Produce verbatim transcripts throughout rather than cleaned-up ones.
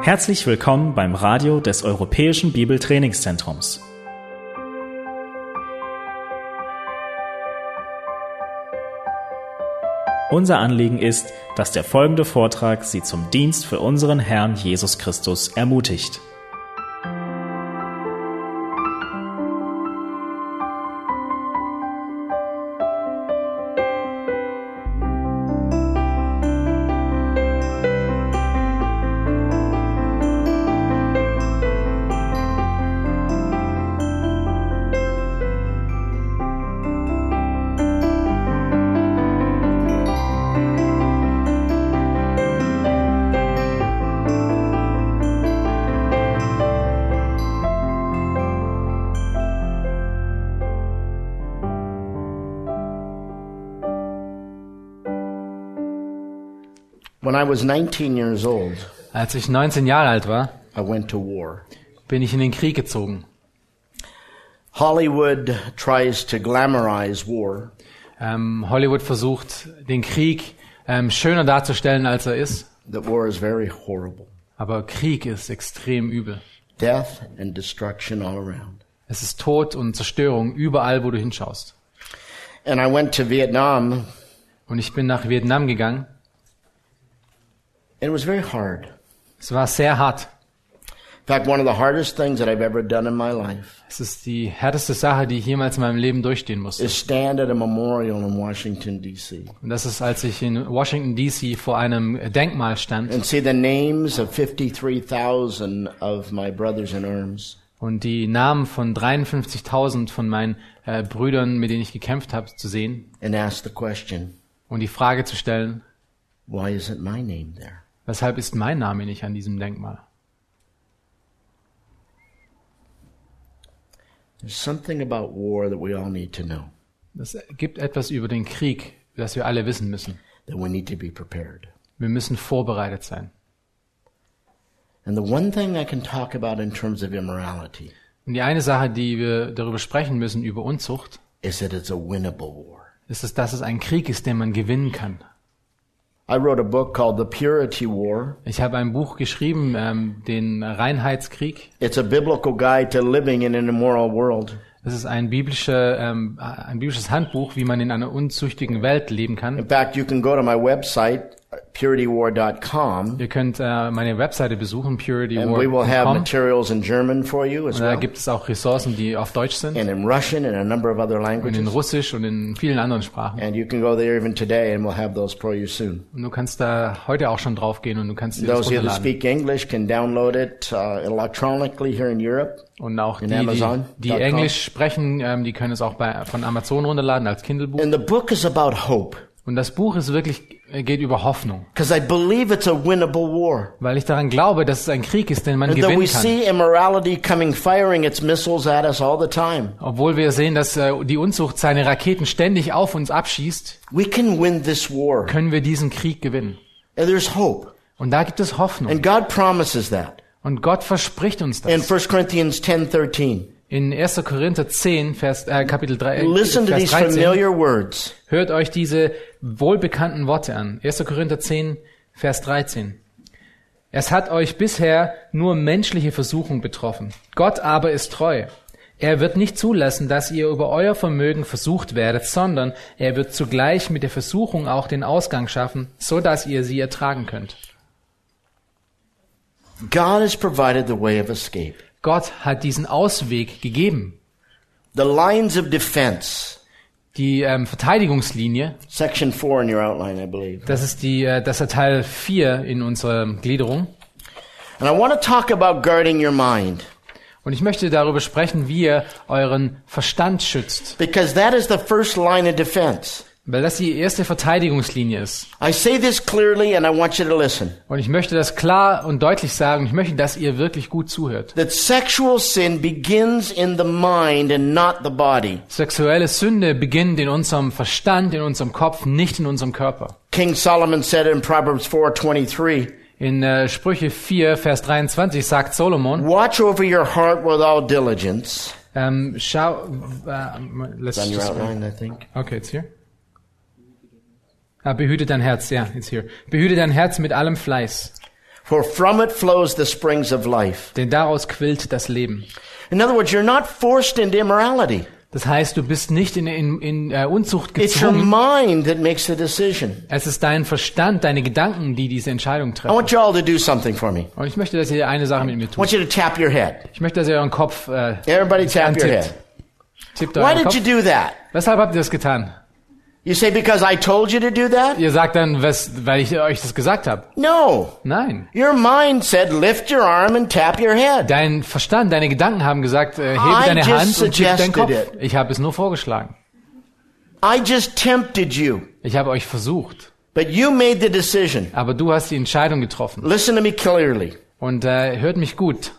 Herzlich willkommen beim Radio des Europäischen Bibeltrainingszentrums. Unser Anliegen ist, dass der folgende Vortrag Sie zum Dienst für unseren Herrn Jesus Christus ermutigt. When I was nineteen years old, Als ich neunzehn Jahre alt war, I went to war. bin ich in den Krieg gezogen. Hollywood tries to glamorize war, Ähm, Hollywood versucht, den Krieg ähm, schöner darzustellen, als er ist. that war is very horrible. Aber Krieg ist extrem übel. Death and destruction all around. Es ist Tod und Zerstörung überall, wo du hinschaust. And I went to Vietnam, Und ich bin nach Vietnam gegangen. and it was very hard. Es war sehr hart. In fact, one of the hardest things that I've ever done in my life Es ist die härteste Sache, die ich jemals in meinem Leben durchstehen musste. is stand at a memorial in Washington, D C Und das ist, als ich in Washington D C vor einem Denkmal stand and see the names of fifty-three thousand of my brothers in arms. und die Namen von dreiundfünfzigtausend von meinen äh, Brüdern, mit denen ich gekämpft habe, zu sehen And ask the question, und die Frage zu stellen: why isn't my name there? Weshalb ist mein Name nicht an diesem Denkmal? There's something about war that we all need to know, Es gibt etwas über den Krieg, das wir alle wissen müssen. that we need to be prepared. Wir müssen vorbereitet sein. And the one thing I can talk about in terms of immorality Und die eine Sache, die wir darüber sprechen müssen, über Unzucht, is that it's a winnable war. ist es, dass es ein Krieg ist, den man gewinnen kann. I wrote a book called The Purity War. Ich habe ein Buch geschrieben, ähm, den Reinheitskrieg. It's a biblical guide to living in an immoral world. Das ist ein biblische, ähm, ein biblisches Handbuch, wie man in einer unzüchtigen Welt leben kann. In fact, you can go to my website, purity war dot com, Ihr könnt äh, meine Webseite besuchen, purity and war we will have dot com. materials in German for you as Und da well, gibt es auch Ressourcen, die auf Deutsch sind and in Russian and a number of other und in languages. Russisch und in vielen anderen Sprachen. And you can go there even today, and we'll have those for you soon. Und du kannst da heute auch schon drauf gehen und du kannst dir das Those of you that runterladen. speak English can download it uh, electronically here in Europe. Und auch in die, die, Amazon die dot com. Englisch sprechen, ähm, die können es auch bei, von Amazon runterladen als Kindle-Buch. And the book is about hope, Und das Buch ist wirklich, äh, geht über Hoffnung. because I believe it's a winnable war. Weil ich daran glaube, dass es ein Krieg ist, den man And that we gewinnen kann. see immorality coming, firing its missiles at us all the time. Obwohl wir sehen, dass äh, die Unzucht seine Raketen ständig auf uns abschießt, We can win this war. können wir diesen Krieg gewinnen. And there's hope. Und da gibt es Hoffnung. And God promises that. Und Gott verspricht uns In das. First Corinthians ten thirteen. In erster Korinther zehn, Vers, äh, Kapitel drei, äh, Listen to Vers these dreizehn, familiar words. hört euch diese wohlbekannten Worte an. erster Korinther zehn, Vers dreizehn. Es hat euch bisher nur menschliche Versuchung betroffen. Gott aber ist treu. Er wird nicht zulassen, dass ihr über euer Vermögen versucht werdet, sondern er wird zugleich mit der Versuchung auch den Ausgang schaffen, so dass ihr sie ertragen könnt. God has provided the way of escape. Gott hat diesen Ausweg gegeben. The lines of defense. Die ähm, Verteidigungslinie, Section four in your outline, I believe. das ist die, äh, das ist Teil vier in unserer Gliederung. And I want to talk about guarding your mind, Und ich möchte darüber sprechen, wie ihr euren Verstand schützt. because that is the first line of defense. Weil das die erste Verteidigungslinie ist. I say this clearly and I want you to listen. Und ich möchte das klar und deutlich sagen. Ich möchte, dass ihr wirklich gut zuhört. That sexual sin begins in the mind and not the body. Sexuelle Sünde beginnt in unserem Verstand, in unserem Kopf, nicht in unserem Körper. King Solomon said in Proverbs four twenty-three, In äh, Sprüche vier, Vers dreiundzwanzig sagt Solomon, watch over your heart with all diligence. ähm, schau, äh, let's It's on your just, outline, I think. okay, it's here. Ah, behüte dein Herz, ja, it's here. Behüte dein Herz mit allem Fleiß. For from it flows the springs of life. Denn daraus quillt das Leben. In other words, you're not forced into immorality. Das heißt, du bist nicht in, in, in uh, Unzucht It's your gezwungen. mind that makes the decision. Es ist dein Verstand, deine Gedanken, die diese Entscheidung I treffen. want you all to do something for me. Und ich möchte, dass ihr eine Sache mit mir I tut. want you to tap your head. Ich möchte, dass ihr euren Kopf äh, Everybody tap your antippt. head. Tippt Why euren did Kopf. you do that? Weshalb habt ihr das getan? You say, because I told you to do that? Ihr sagt dann, was, weil ich euch das gesagt habe. No. Nein. Your mind said, lift your arm and tap your head. Dein Verstand, deine Gedanken haben gesagt, äh, hebe I deine just Hand und tipp deinen suggested Kopf. it. Ich habe es nur vorgeschlagen. I just tempted you. Ich habe euch versucht. But you made the decision. Aber du hast die Entscheidung getroffen. Listen to me clearly. Und äh, hört mich gut.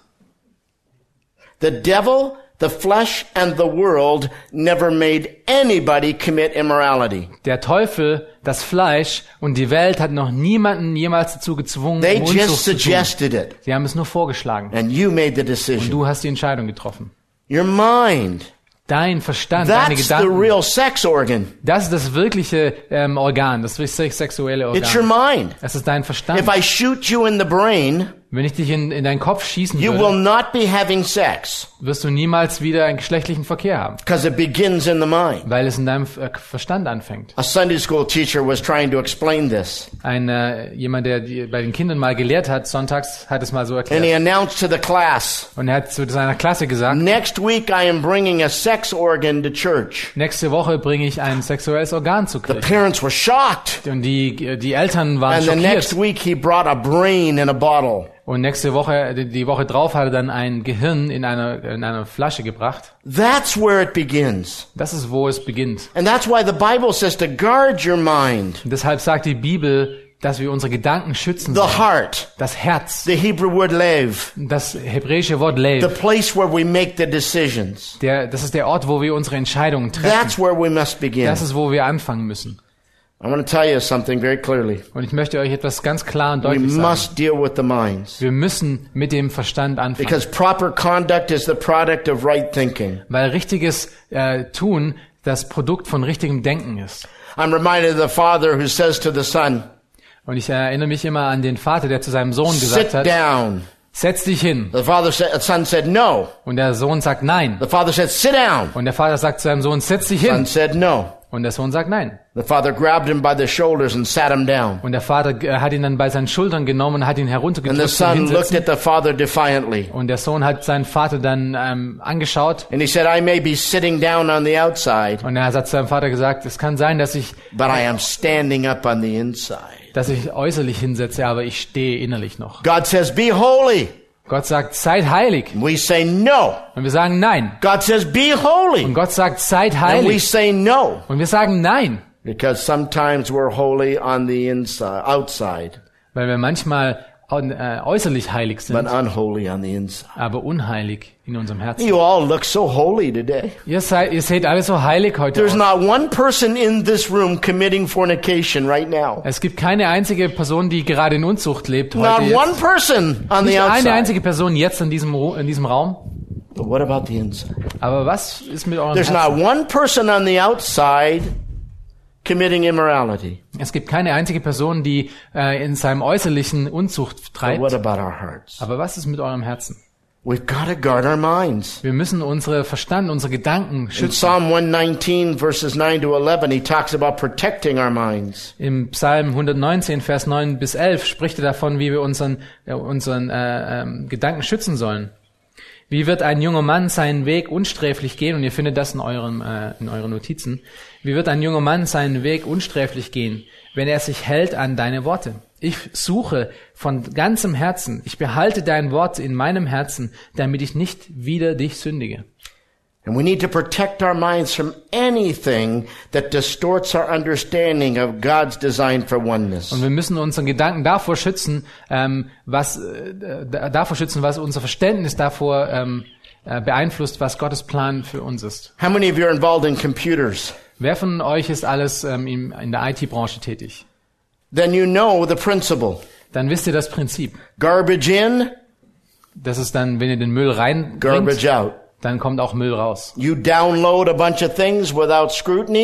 The devil, the flesh, and the world never made anybody commit immorality. Der Teufel, das Fleisch und die Welt hat noch niemanden jemals dazu gezwungen, They um Unzucht just zu tun. suggested it. Sie haben es nur vorgeschlagen. And you made the Und decision. du hast die Entscheidung getroffen. Your mind. Dein Verstand, deine That's the Gedanken, real sex organ. das ist das wirkliche ähm, Organ, das wirklich sexuelle It's your Organ. mind. Es ist dein Verstand. If I shoot you in the brain, Wenn ich dich in, in deinen Kopf schießen you will würde, not be having sex wirst du niemals wieder einen geschlechtlichen Verkehr haben, because it begins in the mind. weil es in deinem äh, Verstand anfängt. A Sunday school teacher was trying to explain this. Ein äh, jemand, der die, bei den Kindern mal gelehrt hat, sonntags, hat es mal so And he erklärt. announced to the class, Und er hat zu seiner Klasse gesagt, next week I am bringing a sex organ to church. nächste Woche bringe ich ein sexuelles Organ zur The Kirche. parents were shocked. Und die, die Eltern waren And the next schockiert. week he brought a brain in a bottle. Und nächste Woche, die, die Woche drauf, hat er dann ein Gehirn in einer, in einer Flasche gebracht. That's where it begins. Das ist, wo es beginnt. And that's why the Bible says to guard your mind, Und deshalb sagt die Bibel, dass wir unsere Gedanken schützen the sollen. heart, Das Herz, the Hebrew word lev, das hebräische Wort the Lev, place where we make the decisions. der, das ist der Ort, wo wir unsere Entscheidungen treffen. That's where we must begin. Das ist, wo wir anfangen müssen. I want to tell you something very clearly. Und ich möchte euch etwas ganz klar und We deutlich sagen. must deal with the minds. Wir müssen mit dem Verstand anfangen. Because proper conduct is the product of right thinking. Weil richtiges äh, Tun das Produkt von richtigem Denken ist. I'm reminded of the father who says to the son, Und ich erinnere mich immer an den Vater, der zu seinem Sohn gesagt sit hat, down. setz dich hin. The father said, the son said no. Und der Sohn sagt nein. The father said, sit down. Und der Vater sagt zu seinem Sohn, setz dich The son hin. said no. Und der Sohn sagt nein. The father grabbed him by the shoulders and sat him down. Und der Vater äh, hat ihn dann bei seinen Schultern genommen und hat ihn And the heruntergedrückt zum son looked Hinsetzen. at the father defiantly. Und der Sohn hat seinen Vater dann ähm, angeschaut. And he said, I may be sitting down on the outside, Und er hat zu seinem Vater gesagt, es kann sein, dass ich, but I am standing up on the inside. dass ich äußerlich hinsetze, aber ich stehe innerlich noch. God says, be holy. Gott sagt, seid heilig. We say no. Und wir sagen nein. God says, be Und holy. Gott sagt, seid And we heilig. say no. Und wir sagen nein. Because sometimes we're holy on the inside, outside, Weil wir manchmal äh, äußerlich heilig but sind, unholy on the inside. aber unheilig in unserem Herzen. You all look so holy today. Ihr seid, ihr seht alle so heilig heute There's aus. not one person in this room committing fornication right now. Es gibt keine einzige Person, die gerade in Unzucht lebt Not heute one jetzt. person on the Nicht eine outside. einzige Person jetzt in diesem, Ru- in diesem Raum. But what about the inside? Aber was ist mit eurem There's not Herzen? one person on the outside committing immorality. Es gibt keine einzige Person, die äh, in seinem Äußerlichen Unzucht But treibt. what about our hearts? Aber was ist mit eurem Herzen? We've got to guard our minds. Wir müssen unsere Verstand, unsere Gedanken In schützen. Psalm one nineteen, verses nine to eleven, he talks about protecting our minds. Im Psalm hundertneunzehn, Vers neun bis elf spricht er davon, wie wir unseren, äh, unseren äh, ähm, Gedanken schützen sollen. Wie wird ein junger Mann seinen Weg unsträflich gehen? Und ihr findet das in, eurem, äh, in euren Notizen. Wie wird ein junger Mann seinen Weg unsträflich gehen, wenn er sich hält an deine Worte? Ich suche von ganzem Herzen, ich behalte dein Wort in meinem Herzen, damit ich nicht wieder dich sündige. And we need to protect our minds from anything that distorts our understanding of God's design for oneness. Und wir müssen unseren Gedanken davor schützen, ähm, was äh, davor schützen, was unser Verständnis davor ähm, äh, beeinflusst, was Gottes Plan für uns ist. How many of you are involved in computers? Wer von euch ist alles ähm, in, in der I T-Branche tätig? Then you know the principle. Dann wisst ihr das Prinzip. Garbage in, Das ist dann, wenn ihr den Müll reinbringt, garbage out. dann kommt auch Müll raus. You download a bunch of things without scrutiny,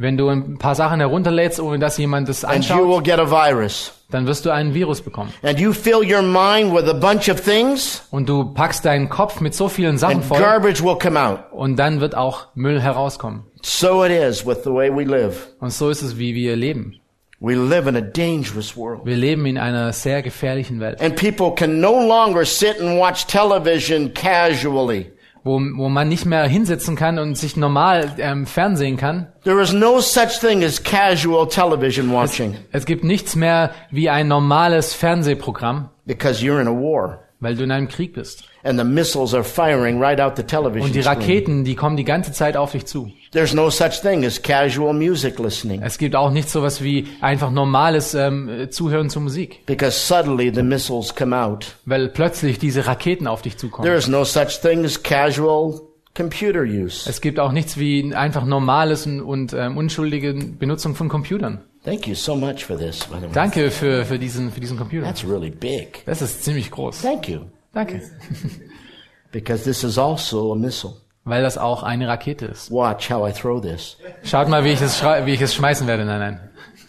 Wenn du ein paar Sachen herunterlädst, ohne dass jemand das and you anschaut, will get a virus. dann wirst du einen Virus bekommen. And you fill your mind with a bunch of things, Und du packst deinen Kopf mit so vielen Sachen and voll garbage will come out. und dann wird auch Müll herauskommen. So it is with the way we live. Und so ist es, wie wir leben. We live in a dangerous world. Wir leben in einer sehr gefährlichen Welt, And people can no longer sit and watch television casually. wo, wo man nicht mehr hinsitzen kann und sich normal ähm, fernsehen kann. There is no such thing as casual television watching Es gibt nichts mehr wie ein normales Fernsehprogramm, because you're in a war. weil du in einem Krieg bist. And the missiles are firing right out the television Und die screen. Raketen, die kommen die ganze Zeit auf dich zu. There's no such thing as casual music listening Es gibt auch nicht sowas wie einfach normales ähm, Zuhören zur Musik, because suddenly the missiles come out. weil plötzlich diese Raketen auf dich There zukommen. is no such thing as casual computer use. Es gibt auch nichts wie einfach normales und, und ähm, unschuldige Benutzung von Computern. Thank you so much for this, by the way. Danke für, für, diesen, für diesen Computer. That's really big. Das ist ziemlich groß. Thank you. Danke. Because this is also a missile. Weil das auch eine Rakete ist. Watch how I throw this. Schaut mal, wie ich es, schrei- wie ich es schmeißen werde. Nein, nein.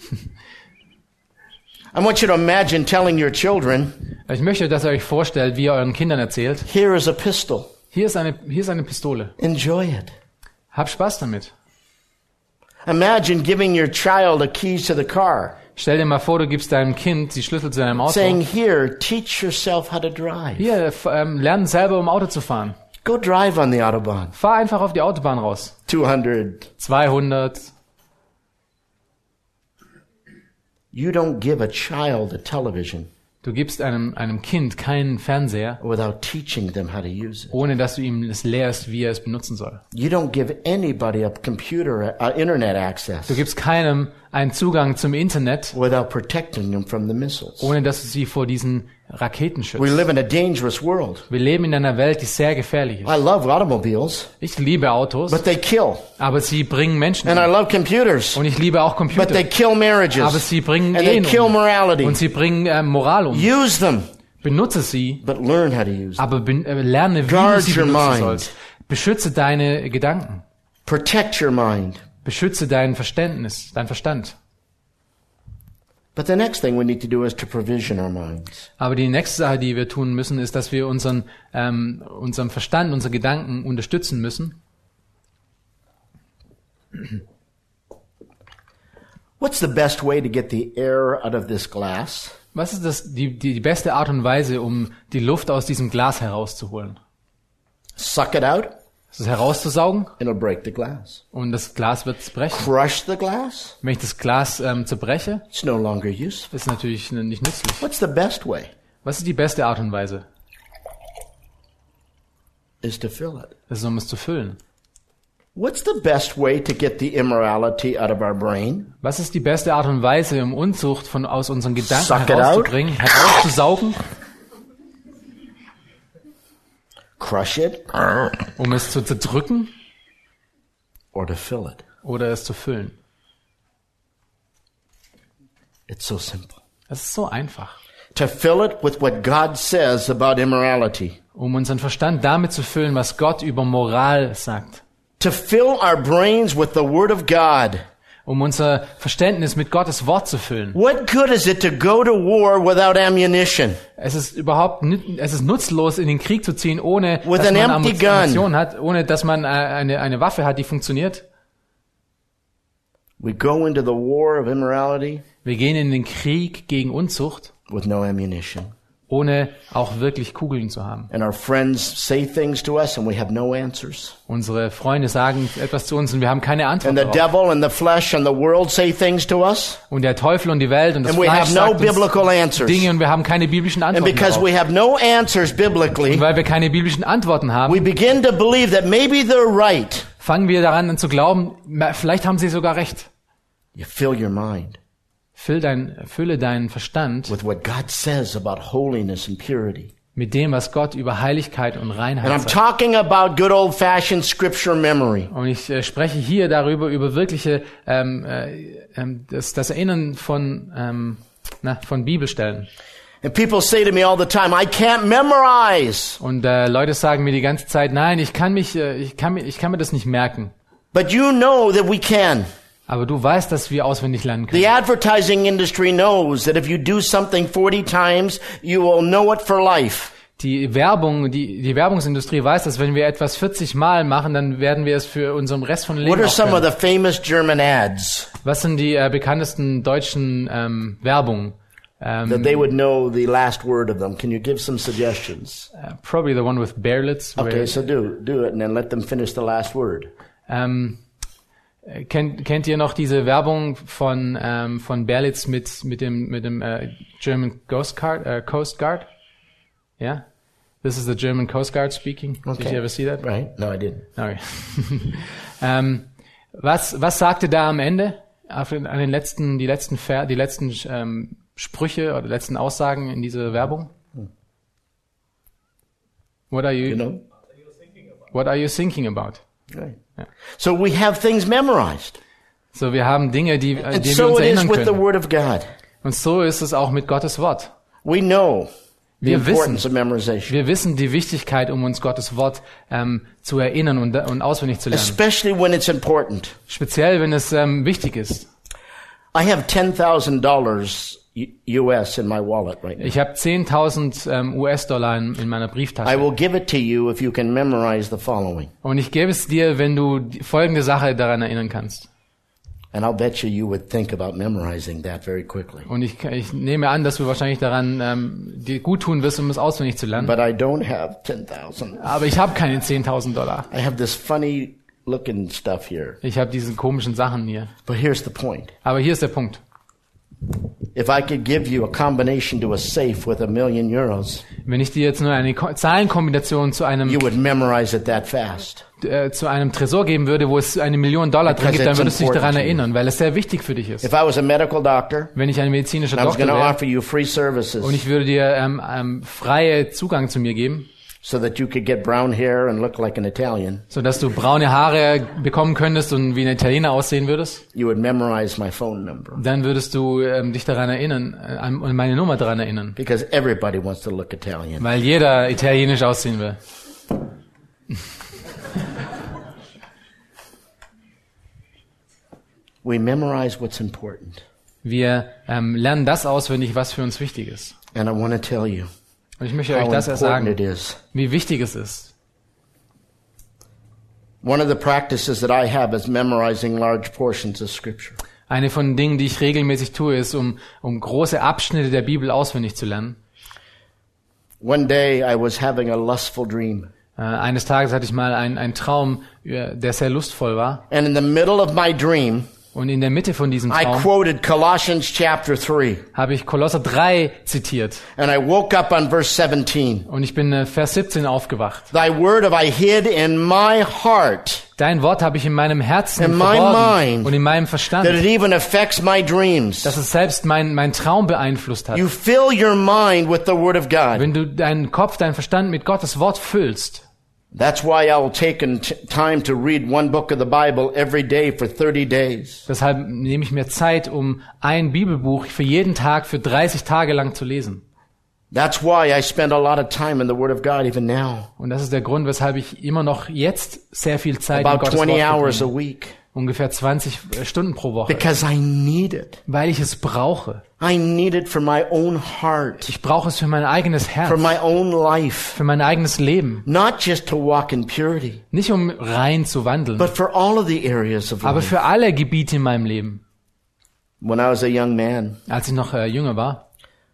I want you to imagine telling your children, Ich möchte, dass ihr euch vorstellt, wie ihr euren Kindern erzählt. here is a pistol. Hier ist eine, hier ist eine Pistole. Enjoy it. Hab Spaß damit. Imagine giving your child a keys to the car, Stell dir mal vor, du gibst deinem Kind die Schlüssel zu deinem Auto. saying, here, teach yourself how to drive. Hier, f- ähm, lern selber, um Auto zu fahren. Go drive on the Autobahn. Fahr einfach auf die Autobahn raus. two hundred. zweihundert. You don't give a child a television Du gibst einem, einem Kind keinen Fernseher, without teaching them how to use it. ohne dass du ihm es lehrst, wie er es benutzen soll. You don't give anybody a computer, uh, internet access Du gibst keinem einen Zugang zum Internet, without protecting them from the missiles. ohne dass du sie vor diesen Raketen We schützt. live in a dangerous world. Wir leben in einer Welt, die sehr gefährlich ist. I love automobiles, Ich liebe Autos, but they kill. aber sie bringen Menschen And I um. love computers, Und ich liebe auch but Computer, they kill aber marriages. sie bringen And they Ehen kill um. morality. Und sie bringen äh, Moral um. Use them, Benutze sie, but learn how to use them. aber ben, äh, lerne, wie Guard du sie your benutzen mind. sollst. Beschütze deine Gedanken. Protect your mind. Beschütze dein Verständnis, dein Verstand. But the next thing we need to do is to provision our minds. Aber die nächste Sache, die wir tun müssen, ist, dass wir unseren, ähm, unseren Verstand, unsere Gedanken unterstützen müssen. What's the best way to get the air out of this glass? Was ist das, die, die, die beste Art und Weise, um die Luft aus diesem Glas herauszuholen? Suck it out, Es ist herauszusaugen it'll break the glass. und das Glas wird brechen. Crush the glass, Wenn ich das Glas ähm, zerbreche, it's no longer useful. ist natürlich n- nicht nützlich. What's the best way? Was ist die beste Art und Weise? Is to fill it. Das ist, um es zu füllen. What's the best way to get the immorality out of our brain? Was ist die beste Art und Weise, um Unzucht von aus unseren Gedanken Suck it herauszubringen, herauszusaugen, Crush it um es zu zerdrücken or to fill it? oder es zu füllen? It's so simple. Es ist so einfach. To fill it with what God says about immorality. Um unseren Verstand damit zu füllen, was Gott über Moral sagt. To fill our brains with the Word of God. Um unser Verständnis mit Gottes Wort zu füllen. What good is it to go to war without ammunition? Es ist überhaupt nüt- es ist nutzlos, in den Krieg zu ziehen, ohne With dass an man empty gun. Ammunition hat, ohne dass man äh, eine, eine Waffe hat, die funktioniert. We go into the war of immorality Wir gehen in den Krieg gegen Unzucht, with no ammunition. ohne auch wirklich Kugeln zu haben. And our friends say things to us and we have no answers. Unsere Freunde sagen etwas zu uns und wir haben keine Antwort And the darauf. devil and the flesh and the world say things to us Und der Teufel und die Welt und das and we Fleisch have no sagt uns biblical answers. Dinge und wir haben keine biblischen And Antworten because darauf. we have no answers biblically, Und weil wir keine biblischen Antworten we haben, begin to believe that maybe they're right. fangen wir daran an zu glauben, na, vielleicht haben sie sogar recht. You fill your mind Füll dein, fülle deinen Verstand with what God says about holiness and purity. mit dem, was Gott über Heiligkeit und And Reinheit I'm sagt. talking about good old-fashioned scripture memory. Und ich äh, spreche hier darüber, über wirkliche, ähm, äh, ähm, das, das Erinnern von, ähm, na, von Bibelstellen. And people say to me all the time, I can't memorize. Und äh, Leute sagen mir die ganze Zeit, nein, ich kann mich, äh, ich kann mir, ich kann mir das nicht merken. But you know that we can. Aber du weißt, dass wir auswendig lernen können. The advertising industry knows that if you do something forty times, you will know it for life. Die Werbung, die, die Werbungsindustrie weiß, dass wenn wir etwas vierzig Mal machen, dann werden wir es für unseren Rest von Leben What are auch some of können. the famous German ads Was sind die äh, bekanntesten deutschen ähm, Werbungen? that Ähm, they would know the last word of them? Can you give some suggestions? uh, probably the one with Berlitz. Okay, Where, so do do it and then let them finish the last word. ähm, äh, kennt, kennt ihr noch diese Werbung von ähm, von Berlitz mit mit dem mit dem äh, German Coast Guard? Äh, Coast Guard? Yeah, this is the German Coast Guard speaking. Did Okay. you ever see that? Right? No, I didn't. Okay. ähm, was was sagte da am Ende auf den, an den letzten die letzten Ver, die letzten ähm, Sprüche oder letzten Aussagen in dieser Werbung? What are you, You know? What are you thinking about? Right. Yeah. So we have things memorized. So wir haben Dinge, die an And die wir so uns it is erinnern with the können. Word of God. Und so ist es auch mit Gottes Wort. We know the Wir importance wissen, of memorization, wir wissen die Wichtigkeit, um uns Gottes Wort ähm, zu erinnern und, und auswendig zu lernen. especially when it's important. Speziell, wenn es ähm, wichtig ist. I have ten thousand dollars U S in my wallet right now. Ich habe zehntausend ähm, U S-Dollar in, in meiner I Brieftasche. will give it to you if you can memorize the following. Und ich gebe es dir, wenn du die folgende Sache daran erinnern kannst. And I'll bet you you would think about memorizing that very quickly. Und ich, ich nehme an, dass du wahrscheinlich daran ähm, dir gut tun wirst, um es auswendig zu lernen. But I don't have ten thousand. Aber ich habe keine zehntausend Dollar. I have this funny looking stuff here. Ich habe diese komischen Sachen hier. But here's the point. Aber hier ist der Punkt. If I could give you a combination to a safe with a million euros, Wenn ich dir jetzt nur eine Ko- Zahlenkombination zu einem you would memorize it that fast. äh, zu einem Tresor geben würde, wo es eine Million Dollar drin Because gibt, dann it's würdest du dich important daran to you. erinnern, weil es sehr wichtig für dich ist. If I was a medical doctor, Wenn ich ein medizinischer and I was Doktor going to wäre offer you free services und ich würde dir ähm, ähm, freie Zugang zu mir geben, so that you could get brown hair and look like an Italian, sodass du braune Haare bekommen könntest und wie ein Italiener aussehen würdest, you would memorize my phone number. dann würdest du ähm, dich daran erinnern, äh, an an meine Nummer daran erinnern, Because everybody wants to look Italian. weil jeder italienisch aussehen will. We memorize what's important. Wir ähm, lernen das auswendig, was für uns wichtig ist. And I want to tell you Und ich möchte euch how das important sagen, it is. wie wichtig es ist. One of the practices that I have is memorizing large portions of Scripture. Eine von den Dingen, die ich regelmäßig tue, ist, um, um große Abschnitte der Bibel auswendig zu lernen. One day I was having a lustful dream. Äh, eines Tages hatte ich mal einen, einen Traum, äh, der sehr lustvoll war. And in the middle of my dream, Und in der Mitte von diesem I Traum quoted Colossians chapter three. habe ich Kolosser drei zitiert. And I woke up on verse seventeen. Und ich bin äh, Vers siebzehn aufgewacht. Thy word have I hid in my heart, Dein Wort habe ich in meinem Herzen In my verborgen mind, und in meinem that Verstand, it even affects my dreams. dass es selbst mein, mein Traum beeinflusst hat. You fill your mind with the word of God. Wenn du deinen Kopf, deinen Verstand mit Gottes Wort füllst, That's why I will take in t- time to read one book of the Bible every day for thirty days. deshalb nehme ich mir Zeit, um ein Bibelbuch für jeden Tag für dreißig Tage lang zu lesen. That's why I spend a lot of time in the Word of God even now. Und das ist der Grund, weshalb ich immer noch jetzt sehr viel Zeit in About Gottes twenty Wort hours a verbringe. week. Ungefähr zwanzig Stunden pro Woche. Because I need it. Weil ich es brauche. I need it for my own heart, Ich brauche es für mein eigenes Herz. for my own life. Für mein eigenes Leben. Not just to walk in purity, Nicht um rein zu wandeln, but for all of the areas of aber life. für alle Gebiete in meinem Leben. When I was a young man, Als ich noch äh, jünger war,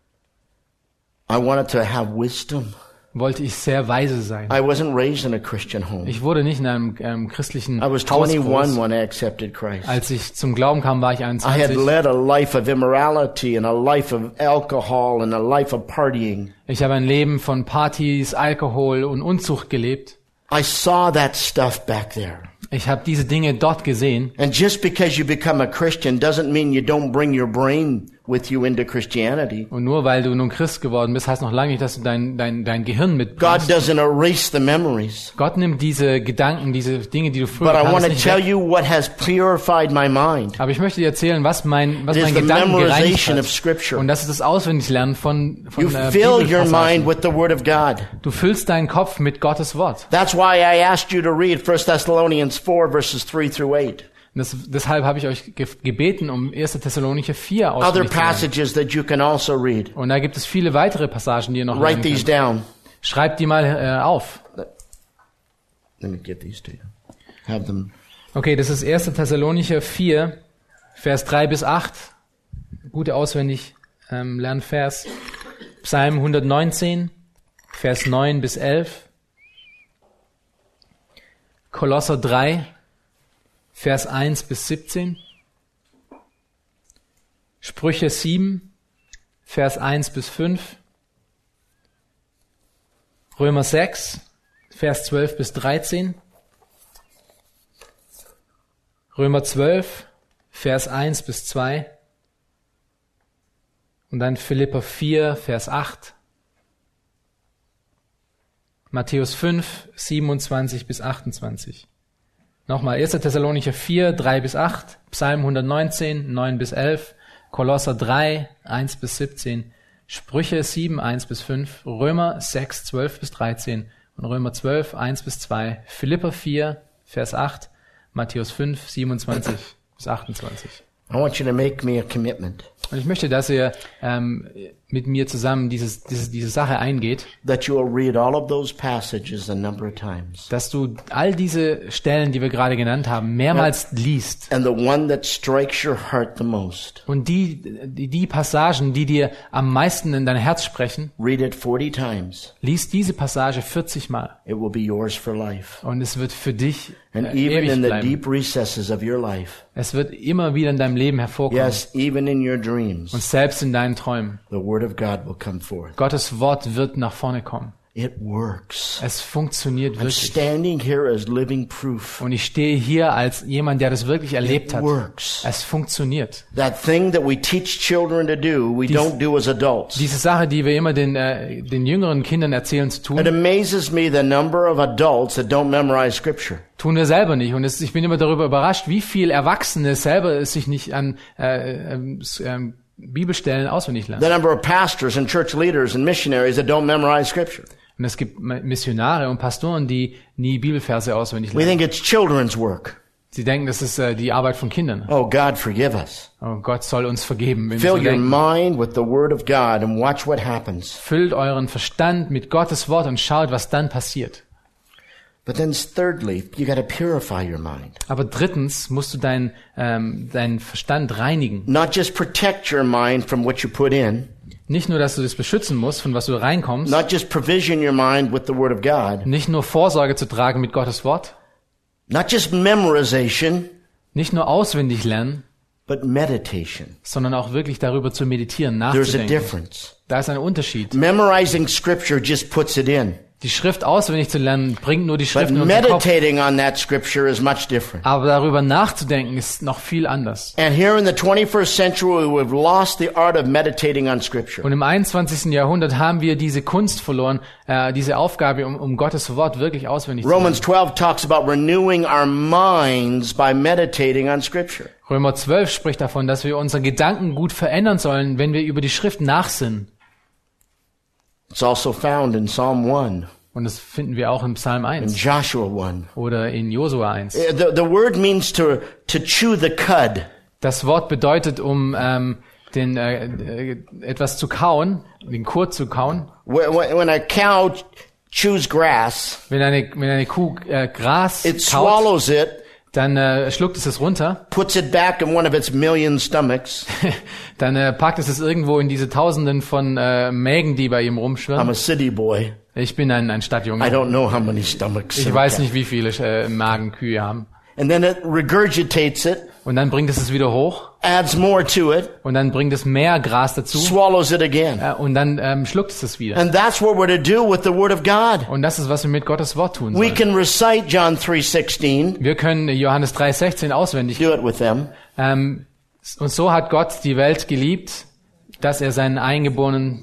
I wanted to have wisdom. wollte ich sehr weise sein. I wasn't raised in a Christian home. Ich wurde nicht in einem ähm, christlichen I was Haus twenty-one groß. when I accepted Christ. Als ich zum Glauben kam, war ich I had einundzwanzig. led a life of immorality and a life of alcohol and a life of partying. Ich habe ein Leben von Partys, Alkohol und Unzucht gelebt. I saw that stuff back there. Ich habe diese Dinge dort gesehen. And just because you become a Christian doesn't mean you don't bring your brain with you into Christianity. Und nur weil du nun Christ geworden bist, heißt noch lange nicht, dass du dein, dein, dein Gehirn God mitbringst. doesn't erase the memories. Gott nimmt diese Gedanken, diese Dinge, die du früher But I want hattest, to nicht tell weg. you what has purified my mind. Aber ich möchte dir erzählen, was mein, was It is mein the Gedanken gereinigt memorization of hat. Scripture. Und das ist das Auswendiglernen von, von You äh, fill your mind Bibelpassagen. with the Word of God. Du füllst deinen Kopf mit Gottes Wort. That's why I asked you to read First Thessalonians four verses three through eight. Und das, deshalb habe ich euch ge- gebeten, um erster Thessalonicher vier Other auswendig zu lernen. passages that you can also read. Und da gibt es viele weitere Passagen, die ihr noch Write lernen these könnt. down. Schreibt die mal äh, auf. Let me get these to you. Have them. Okay, das ist erster Thessalonicher vier, Vers drei bis acht. Gute auswendig ähm, Lernvers. Psalm hundertneunzehn, Vers neun bis elf. Kolosser drei, Vers eins bis siebzehn. Sprüche sieben, Vers eins bis fünf. Römer sechs, Vers zwölf bis dreizehn. Römer zwölf, Vers eins bis zwei. Und dann Philipper vier, Vers acht. Matthäus fünf, siebenundzwanzig bis achtundzwanzig. Nochmal, erster Thessalonicher vier, drei bis acht, Psalm hundertneunzehn, neun bis elf, Kolosser drei, eins bis siebzehn, Sprüche sieben, eins bis fünf, Römer sechs, zwölf bis dreizehn und Römer zwölf, eins bis zwei, Philipper vier, Vers acht, Matthäus fünf, siebenundzwanzig bis achtundzwanzig. I want you to make me a commitment Und ich möchte, dass ihr ähm, mit mir zusammen dieses, dieses, diese Sache eingeht, that you will read all of those passages a number of times. dass du all diese Stellen, die wir gerade genannt haben, mehrmals liest. And the one that strikes your heart the most, Und die, die, die Passagen, die dir am meisten in dein Herz sprechen, read it forty times. lies diese Passage vierzig Mal. It will be yours for life. Und es wird für dich And äh, even ewig in the bleiben. deep recesses of your life, Es wird immer wieder in deinem Leben hervorkommen. yes, even in your Und dreams, selbst in deinen Träumen. the word of God will come forth. Gottes Wort wird nach vorne kommen. It works. Es funktioniert I'm wirklich. standing here as living proof. Und ich stehe hier als jemand, der das wirklich erlebt It hat. works. Es funktioniert. That thing that we teach children to do, we Dies- don't do as adults. Diese Sache, die wir immer den, äh, den jüngeren Kindern erzählen zu It tun, amazes me the number of adults that don't memorize scripture. tun wir selber nicht. Und es, ich bin immer darüber überrascht, wie viel Erwachsene selber es sich nicht an äh, ähm, s- ähm, Bibelstellen auswendig lernen. The number of pastors and church leaders and missionaries that don't memorize scripture. Und es gibt Missionare und Pastoren, die nie Bibelverse auswendig We lernen. think it's children's work. Sie denken, das ist äh, die Arbeit von Kindern. Oh, God, forgive us. Oh, Gott soll uns vergeben, wenn wir Fill so your denken. mind with the word of God and watch what happens. Füllt euren Verstand mit Gottes Wort und schaut, was dann passiert. But then thirdly, you got to purify your mind. Aber drittens musst du deinen ähm, deinen Verstand reinigen. Not just protect your mind from what you put in, Nicht nur, dass du das beschützen musst, von was du reinkommst. not just provision your mind with the word of God, Nicht nur Vorsorge zu tragen mit Gottes Wort. not just memorization, Nicht nur auswendig lernen, but meditation. sondern auch wirklich darüber zu meditieren, There's a nachzudenken. difference. Da ist ein Unterschied. Memorizing scripture just puts it in. Die Schrift auswendig zu lernen, bringt nur die But Schrift in unseren Kopf. meditating on that scripture is much different. Aber darüber nachzudenken ist noch viel anders. And here in the twenty-first century, we've lost the art of meditating on scripture. Und im einundzwanzigsten Jahrhundert haben wir diese Kunst verloren, äh, diese Aufgabe, um, um Gottes Wort wirklich auswendig zu lernen. Romans twelve talks about renewing our minds by meditating on scripture. Römer zwölf spricht davon, dass wir unsere Gedanken gut verändern sollen, wenn wir über die Schrift nachsinnen. It's also found in Psalm one Und das finden wir auch im Psalm and eins Joshua one. oder in Josua eins. Uh, The, the word means to, to chew the cud. Das Wort bedeutet, um ähm, den, äh, äh, etwas zu kauen, den Kurt zu kauen. When, when when a cow chews grass, Wenn eine, wenn eine Kuh äh, Gras it kaut, swallows it, dann äh, schluckt es es runter, puts it back in one of its million stomachs. dann äh, packt es es irgendwo in diese Tausenden von äh, Mägen, die bei ihm I'm rumschwirren. a city boy. Ich bin ein, ein I Stadtjunge. don't know how many stomachs. Ich in a weiß cow. nicht, wie viele äh, Magen Kühe haben. And then it regurgitates it, Und dann bringt es es wieder hoch adds more to it, und dann bringt es mehr Gras dazu swallows it again. äh, und dann ähm, schluckt es es wieder. And that's what we're to do with the Word of God. Und das ist, was wir mit Gottes Wort tun We sollen. can recite John three sixteen. Wir können Johannes drei sechzehn auswendig. Do it with them. Ähm, und so hat Gott die Welt geliebt, dass er seinen Eingeborenen.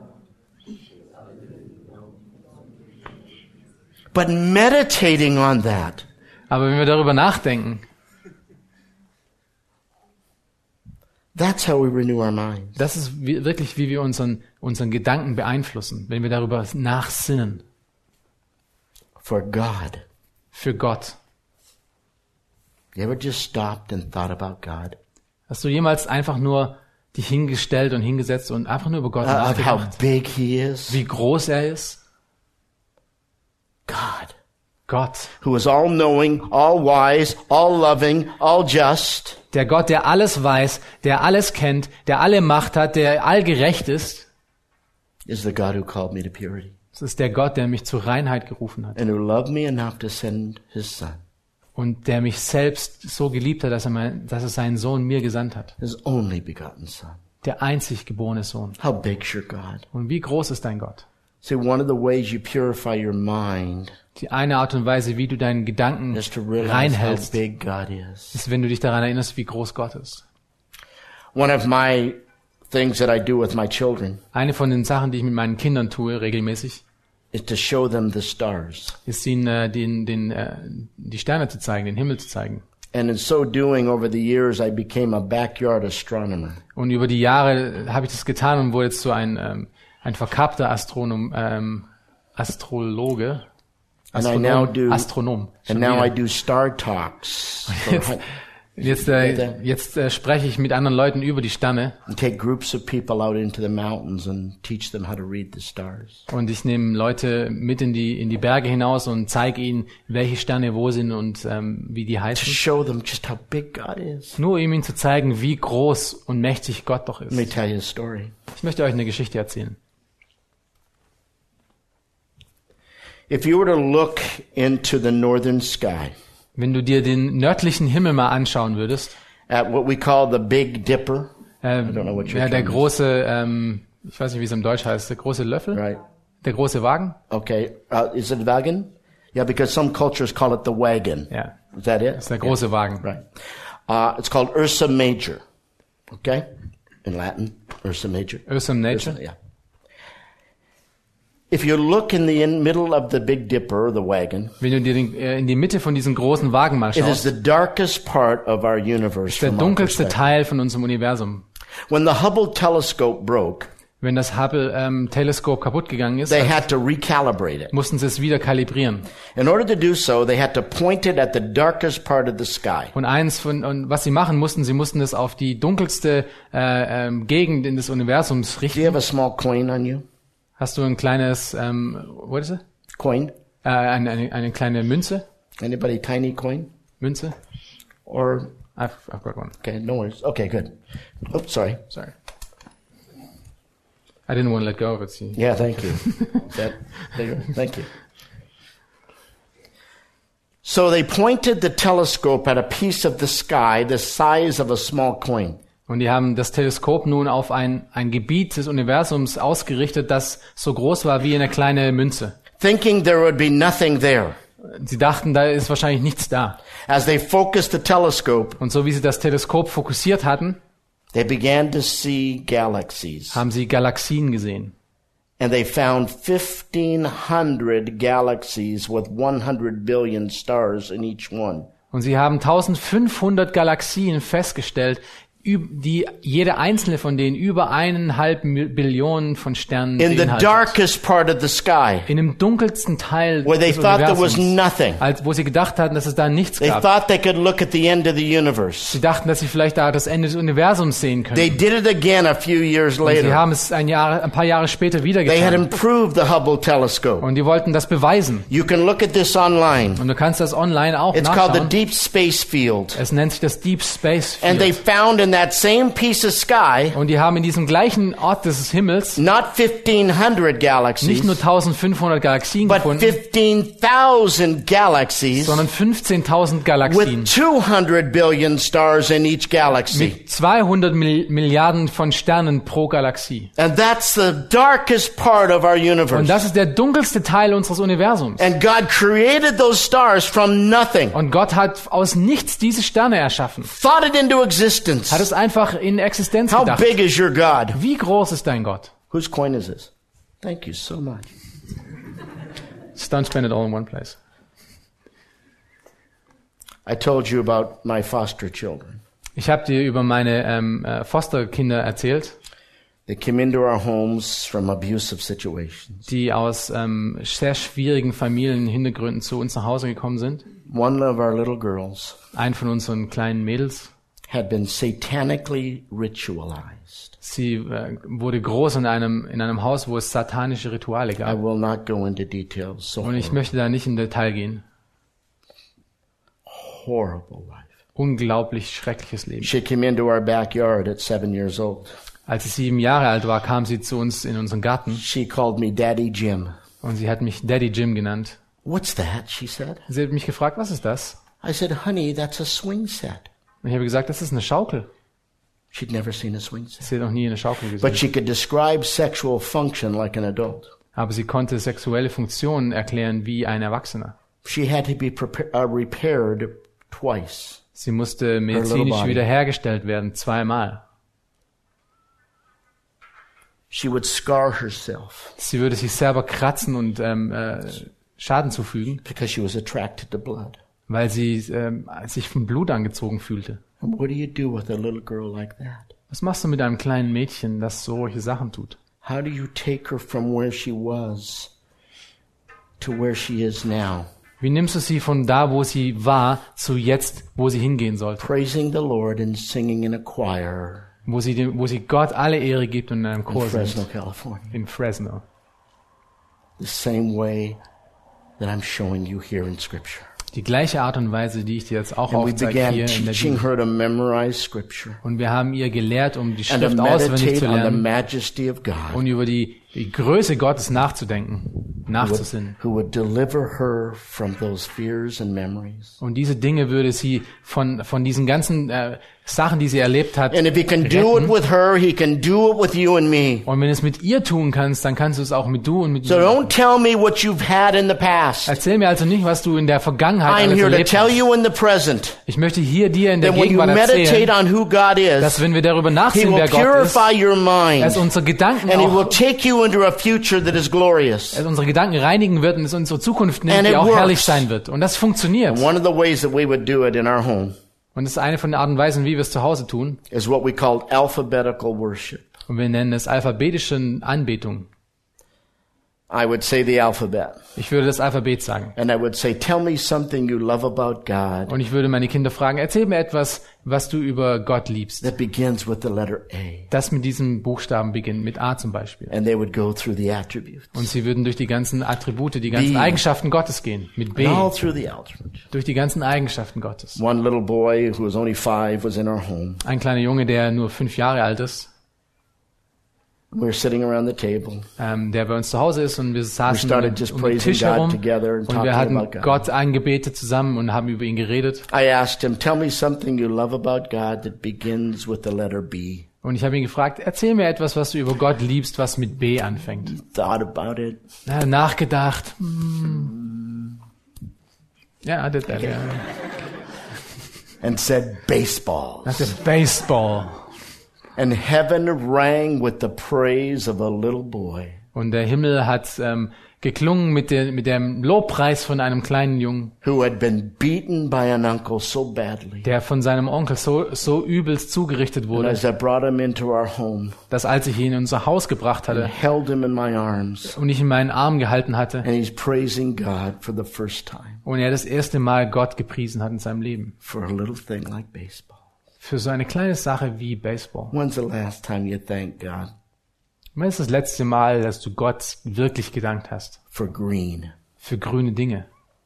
But meditating on that, Aber wenn wir darüber nachdenken, that's how we renew our minds. das ist wie, wirklich, wie wir unseren, unseren Gedanken beeinflussen, wenn wir darüber nachsinnen. For God. Für Gott. You ever just stopped and thought about God? Hast du jemals einfach nur dich hingestellt und hingesetzt und einfach nur über Gott Uh, of how nachgedacht, big He is? wie groß er ist? God, Gott, who is all-knowing, all-wise, all-loving, all-just. der Gott, der alles weiß, der alles kennt, der alle Macht hat, der allgerecht ist. Is the God who called me to purity Das ist der Gott, der mich zur Reinheit gerufen hat and who loved me enough to send His Son, und der mich selbst so geliebt hat, dass er, mein, dass er seinen Sohn mir gesandt hat. His only begotten Son. Der einzig geborene Sohn. How big's your God? Und wie groß ist dein Gott? See, one of the ways you purify your mind Die eine Art und Weise, wie du deinen Gedanken is to realize how reinhältst, big God is. ist, wenn du dich daran erinnerst, wie groß Gott ist. One of my things that I do with my children Eine von den Sachen, die ich mit meinen Kindern tue, regelmäßig, is to show them the stars. ist ihnen äh, den, den, äh, die Sterne zu zeigen, den Himmel zu zeigen. And in so doing, over the years, I became a backyard astronomer. Und über die Jahre habe ich das getan und wurde jetzt so ein, ähm, ein verkappter Astronom, ähm, Astrologe. And I now do, Astronom. and now I do star talks for Jetzt, hun- jetzt, äh, jetzt äh, spreche ich mit anderen Leuten über die Sterne and take groups of people out into the mountains and teach them how to read the stars. und ich nehme Leute mit in die in die Berge hinaus und zeige ihnen, welche Sterne wo sind und ähm, wie die To heißen. show them just how big God is. Nur um ihnen zu zeigen, wie groß und mächtig Gott doch Let me ist. tell you a story. Ich möchte euch eine Geschichte erzählen. If you were to look into the northern sky, Wenn du dir den nördlichen Himmel mal anschauen würdest, at what we call the Big Dipper, äh, don't know what your ja, der term is. große, ähm, ich weiß nicht, wie es im Deutsch heißt, der große Löffel, right? der große Wagen. Okay, uh, is it wagon? Yeah, because some cultures call it the wagon. Ja, Is that it? das ist der große Wagen. Right. Uh, it's called Ursa Major. Okay? In Latin, Ursa Major. Ursa Major. Ursa, yeah. If you look in the in middle of the Big Dipper, the wagon, Wenn du dir den, äh, in die Mitte von diesem großen Wagen mal it is schaust, the darkest part of our universe. der from our dunkelste perspective. Teil von unserem Universum. When the Hubble telescope broke, Wenn das Hubble-Teleskop kaputt gegangen ist, they had to recalibrate it. mussten sie es wieder kalibrieren. In order to do so, they had to point it at the darkest part of the sky. Und eins von, und was sie machen mussten, sie mussten es auf die dunkelste äh, ähm, Gegend in des Universums Do richten. you have a small coin on you? Hast du ein kleines, ähm, what is it? Coin? Äh, eine, eine, eine kleine Münze? Anybody tiny coin? Münze? Or I've, I've got one. okay, no worries. Okay, good. Oops, sorry. Sorry. I didn't want to let go of it. See. Yeah, thank you. Is that bigger? Thank you. So they pointed the telescope at a piece of the sky the size of a small coin. Und die haben das Teleskop nun auf ein, ein Gebiet des Universums ausgerichtet, das so groß war wie eine kleine Münze. Thinking there would be nothing there. Sie dachten, da ist wahrscheinlich nichts da. As they focused the telescope, Und so wie sie das Teleskop fokussiert hatten, they began to see galaxies. haben sie Galaxien gesehen. And they found fifteen hundred galaxies with one hundred billion stars in each one. Und sie haben eintausendfünfhundert Galaxien festgestellt, die jede einzelne von denen über eineinhalb Billionen von Sternen In the beinhaltet. darkest part of the sky, In dem dunkelsten Teil where they des thought there was Universums, nothing. als, wo sie gedacht hatten, dass es da nichts They gab. thought they could look at the end of the universe. Sie dachten, dass sie vielleicht da das Ende des Universums sehen können. They did it again a few years Und sie later. haben es ein, Jahr, ein paar Jahre später wieder They had getan. improved the Hubble telescope. Und die wollten das beweisen. You can look at this online. Und du kannst das online auch It's called the nachschauen. Deep Space Field. Es nennt sich das Deep Space And they Field. found in that same piece of sky Und die haben in diesem gleichen Ort des Himmels not fifteen hundred nicht galaxies, nur eintausendfünfhundert Galaxien but gefunden, fifteen thousand galaxies sondern fünfzehntausend Galaxien with two hundred billion stars in each galaxy. mit zweihundert Mil- Milliarden von Sternen pro Galaxie. And that's the darkest part of our Und universe. das ist der dunkelste Teil unseres Universums. And God created those stars from nothing, Und Gott hat aus nichts diese Sterne erschaffen. thought it into existence. Hat es einfach in Existenz How gedacht. big is your God? Wie groß ist dein Gott? Whose coin is this? Thank you so much. Just don't spend it all in one place. I told you about my foster children. Ich habe dir über meine ähm, äh, Fosterkinder erzählt, They came into our homes from abusive situations. die aus ähm, sehr schwierigen Familienhintergründen zu uns nach Hause gekommen sind. One of our little girls Ein von unseren kleinen Mädels, had been satanically ritualized. sie äh, wurde groß in einem in einem Haus, wo es satanische Rituale I gab. will not go into details. So Und ich möchte da nicht in Detail gehen. horrible life. Unglaublich schreckliches Leben. She came into our backyard at seven years old. Als ich sieben Jahre alt war, kam sie zu uns in unseren Garten She called me Daddy Jim. und sie hat mich Daddy Jim genannt. What's that? She said. Sie hat mich gefragt, was ist das? I said, honey, that's a swing set. Und ich habe gesagt, das ist eine Schaukel. She'd never seen a swing set. Sie hat noch nie eine Schaukel But gesehen. she could describe sexual function like an adult. Aber sie konnte sexuelle Funktionen erklären wie ein Erwachsener. She had to be prepa- uh, repaired twice. Sie musste little medizinisch body. wiederhergestellt werden, zweimal. She would scar herself Sie würde sich selber kratzen und ähm, äh, Schaden zufügen, because she was attracted to blood. weil sie ähm, sich vom Blut angezogen fühlte. And what do you do with a little girl like that? Was machst du mit einem kleinen Mädchen, das solche Sachen tut? How do you take her from where she was to where she is now? Wie nimmst du sie von da, wo sie war, zu jetzt, wo sie hingehen sollte? Praising the Lord and singing in a choir Wo sie, dem, wo sie Gott alle Ehre gibt und in einem in Chor Fresno, singt. California. In Fresno. The same way that I'm showing you here in Scripture. Die gleiche Art und Weise, die ich dir jetzt auch And we aufzeige began hier in der teaching Bibel. her to memorize Scripture Und wir haben ihr gelehrt, um die and to Schrift auswendig meditate zu on the lernen majesty of God, und über die, die Größe Gottes nachzudenken, nachzusinnen. who would deliver her from those fears and memories. Und diese Dinge würde sie von, von diesen ganzen äh, Sachen, die sie erlebt hat, And if he can do it retten. with her, he can do it with you and me. Und wenn du es mit ihr tun kannst, dann kannst du es auch mit du und mit So mir. don't tell me what you've had in the past. Erzähl mir also nicht, was du in der Vergangenheit I'm alles here to erlebt tell hast. you in the present Ich möchte hier dir in der that when you Gegenwart meditate erzählen, on who God dass is, wenn wir darüber he nachsehen, will wer Gott ist, purify your mind dass unsere Gedanken and he will auch, take you into a future that is glorious. dass unsere Gedanken reinigen wird und es unsere Zukunft nimmt, And die it auch works. herrlich sein wird. Und das funktioniert. And one of the ways that we would do it in our home Und das ist eine von den Arten und Weisen, wie wir es zu Hause tun. is what we call alphabetical worship. Und wir nennen es alphabetische Anbetung. I would say the alphabet. Ich würde das Alphabet sagen. And I would say, tell me something you love about God Und ich würde meine Kinder fragen, erzähl mir etwas, was du über Gott liebst. that begins with the letter A. Das mit diesem Buchstaben beginnt, mit A zum Beispiel. And they would go through the attributes. Und sie würden durch die ganzen Attribute, die ganzen B. Eigenschaften Gottes gehen. Mit B. And all through the attributes. Durch die ganzen Eigenschaften Gottes. One little boy who was only five was in our home. Ein kleiner Junge, der nur fünf Jahre alt ist, We were sitting around the table. ähm, der bei uns zu Hause ist und wir We saßen started um, just um den praising Tisch God herum together and und talking wir hatten about God. Gott angebetet zusammen und haben über ihn geredet. I asked him, tell me something you love about God that begins with the letter B. Und ich habe ihn gefragt, erzähl mir etwas, was du über Gott liebst, was mit B anfängt. Thought about it. Er hat nachgedacht. Hm. Ja, das, das, ja. And said baseball. Das ist Baseball. And heaven rang with the praise of a little boy. Und der Himmel hat ähm, geklungen mit, der, mit dem Lobpreis von einem kleinen Jungen, Who had been beaten by an uncle so badly. der von seinem Onkel so, so übelst zugerichtet And wurde, as I brought him into our home dass als ich ihn in unser Haus gebracht and hatte held him in my arms, und ich in meinen Arm gehalten hatte and he's praising God for the first time und er das erste Mal Gott gepriesen hat in seinem Leben. for a little thing like baseball. Für so eine kleine Sache wie Baseball. When's the last time you thanked God Wann ist das letzte Mal, dass du Gott wirklich gedankt hast? for green? Für grüne Dinge.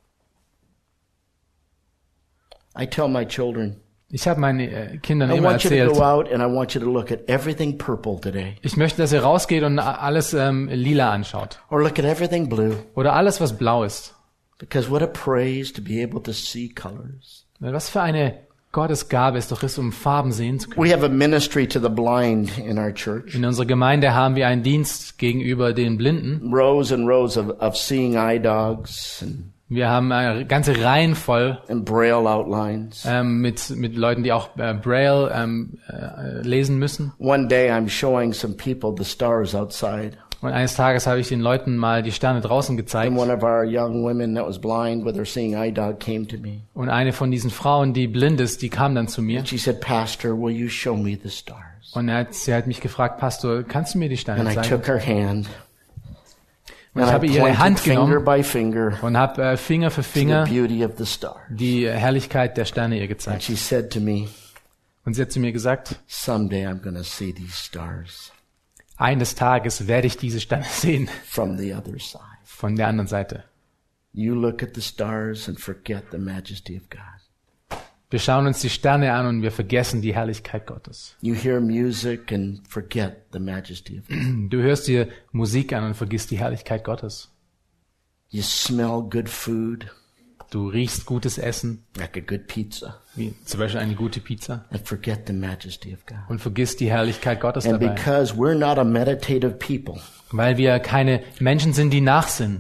I tell my children, Ich habe meine äh, Kindern I immer want you to erzählt, go out and I want you to look at everything purple today. ich möchte, dass ihr rausgeht und a- alles ähm, lila anschaut. Or look at everything blue. Oder alles, was blau ist. Because what a praise to be able to see colors. Was für eine Gottesgabe es doch ist, um Farben sehen zu können. We have a ministry to the blind in our church. In unserer Gemeinde haben wir einen Dienst gegenüber den Blinden. Rows and rows of, of seeing eye dogs and, Wir haben eine ganze Reihen voll and braille outlines. ähm, mit, mit Leuten, die auch äh, Braille ähm, äh, lesen müssen. One day I'm showing some people the stars outside. Und eines Tages habe ich den Leuten mal die Sterne draußen gezeigt. And one of our young women that was blind with her seeing eye dog came to me. Und eine von diesen Frauen, die blind ist, die kam dann zu mir. And she said, Pastor, will you show me the stars? Und er hat, sie hat mich gefragt, Pastor, kannst du mir die Sterne And I zeigen? took her hand Und And ich habe I ihre pointed Hand finger genommen by finger und habe äh, Finger für to Finger the beauty of the stars. die Herrlichkeit der Sterne ihr And gezeigt. she said to me, Und sie hat zu mir gesagt, someday I'm going to see these stars eines Tages werde ich diese Sterne sehen from the other side. von der anderen Seite. You look at the stars and forget the majesty of God. Wir schauen uns die Sterne an und wir vergessen die Herrlichkeit Gottes. You hear music and forget the majesty of God. Du hörst dir Musik an und vergisst die Herrlichkeit Gottes. You smell good food, Du riechst gutes Essen, like a good pizza, wie zum Beispiel eine gute Pizza, and forget the majesty of God. und vergisst die Herrlichkeit Gottes And dabei. because we're not a meditative people, Weil wir keine Menschen sind, die nachsinnen.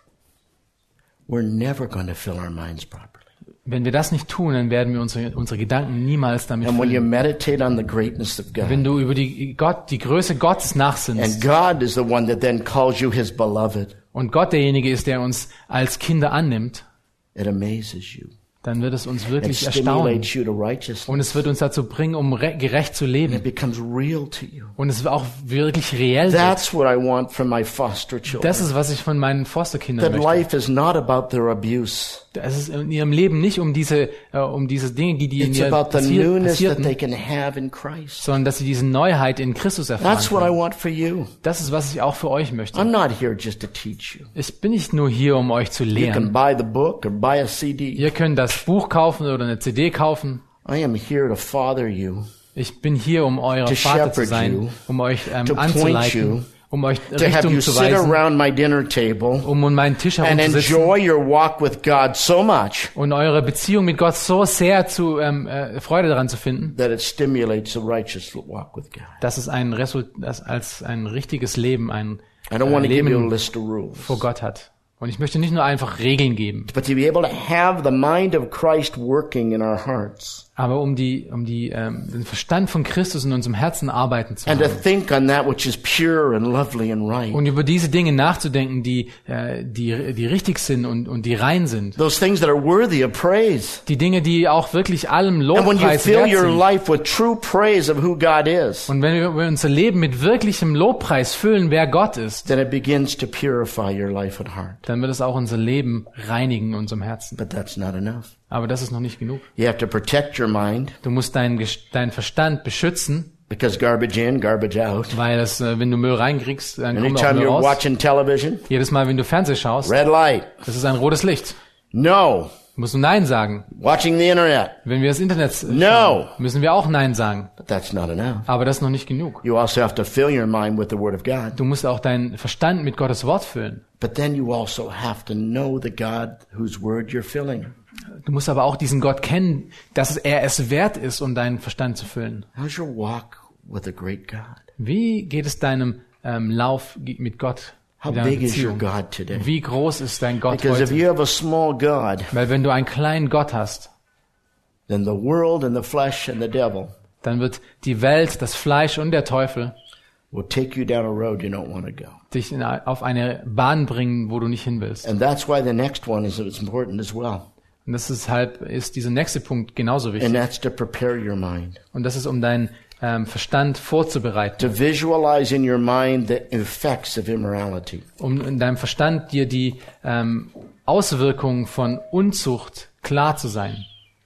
we're never going to fill our minds properly. Wenn wir das nicht tun, dann werden wir unsere, unsere Gedanken niemals damit And when you füllen. meditate on the greatness of Wenn God, du über die, Gott, die Größe Gottes and nachsinnst God is the one that then calls you his beloved, und Gott derjenige ist, der uns als Kinder annimmt, it amazes you. dann wird es uns It wirklich erstaunen. stimulates you to righteousness. Und es wird uns dazu bringen, um re- gerecht zu And leben. it becomes real to you. Und es wird auch wirklich reell wird. That's what I want from my foster children. Das ist, was ich von meinen Fosterkindern That möchte. life is not about their abuse. Es ist in ihrem Leben nicht um diese, äh, um diese Dinge, die, die in It's ihr about the passier newness that passierten, they can have in Christ. sondern dass sie diese Neuheit in Christus erfahren That's what I können. want for you. Das ist, was ich auch für euch möchte. I'm not here just to teach you. Ich bin nicht nur hier, um euch zu You lehren. can buy the book or buy a C D. Ihr könnt das Buch kaufen oder eine C D kaufen. I am here to father you, Ich bin hier, um euer To Vater zu shepherd you, sein, um euch ähm, to point you, anzuleiten, um euch to have Richtung you zu sit weisen, around my dinner table um um meinen Tisch and herumzusitzen enjoy your walk with God so much und eure Beziehung mit Gott so sehr zu ähm, äh, Freude daran zu finden, that it stimulates a righteous walk with God. dass es ein Result, dass als ein richtiges Leben, ein I don't äh, want to give you a Leben list of rules, vor Gott hat. Und ich möchte nicht nur einfach Regeln geben, but to be able to have the mind of Christ working in our hearts aber um die, um die, ähm, den Verstand von Christus in unserem Herzen arbeiten zu and to haben. think on that which is pure and lovely and right. Und über diese Dinge nachzudenken, die, äh, die, die richtig sind und, und die rein sind. Those things that are worthy of praise. Die Dinge, die auch wirklich allem And when you Lobpreis fill wert your sind. life with true praise of who God is, Und wenn wir unser Leben mit wirklichem Lobpreis füllen, wer Gott ist, then it begins to purify your life and heart. dann wird es auch unser Leben reinigen in unserem Herzen. But that's not enough. Aber das ist noch nicht genug. You have to protect your mind Du musst deinen, Ges- deinen Verstand beschützen, because garbage in, garbage out. weil es, äh, wenn du Müll reinkriegst, dann kommt auch Anytime Müll you're raus. watching television, Jedes Mal, wenn du Fernsehen schaust, red light. das ist ein rotes Licht. No. Musst du Nein sagen. Watching the internet. Wenn wir das Internet äh, No. schauen, müssen wir auch Nein sagen. But that's not enough. Aber das ist noch nicht genug. You also have to fill your mind with the Word of God. Du musst auch deinen Verstand mit Gottes Wort füllen. But then you also have to know the God whose Word you're filling. Du musst aber auch diesen Gott kennen, dass er es wert ist, um deinen Verstand zu füllen. How's your walk with a great God? Wie geht es deinem ähm, Lauf mit Gott? How mit deiner big is your Beziehung? God today? Wie groß ist dein Gott Because if heute? you have a small God, Weil wenn du einen kleinen Gott hast, then the world and the flesh and the devil dann wird die Welt, das Fleisch und der Teufel will take you down a road you don't want to go. dich in, auf eine Bahn bringen, wo du nicht hin willst. And that's why the next one is is important as well. Und das ist halt, ist dieser nächste Punkt genauso And wichtig. that's to prepare your mind. Und das ist, um deinen ähm, Verstand vorzubereiten. To visualize in your mind the effects of immorality. Um in deinem Verstand dir die ähm, Auswirkungen von Unzucht klar zu sein.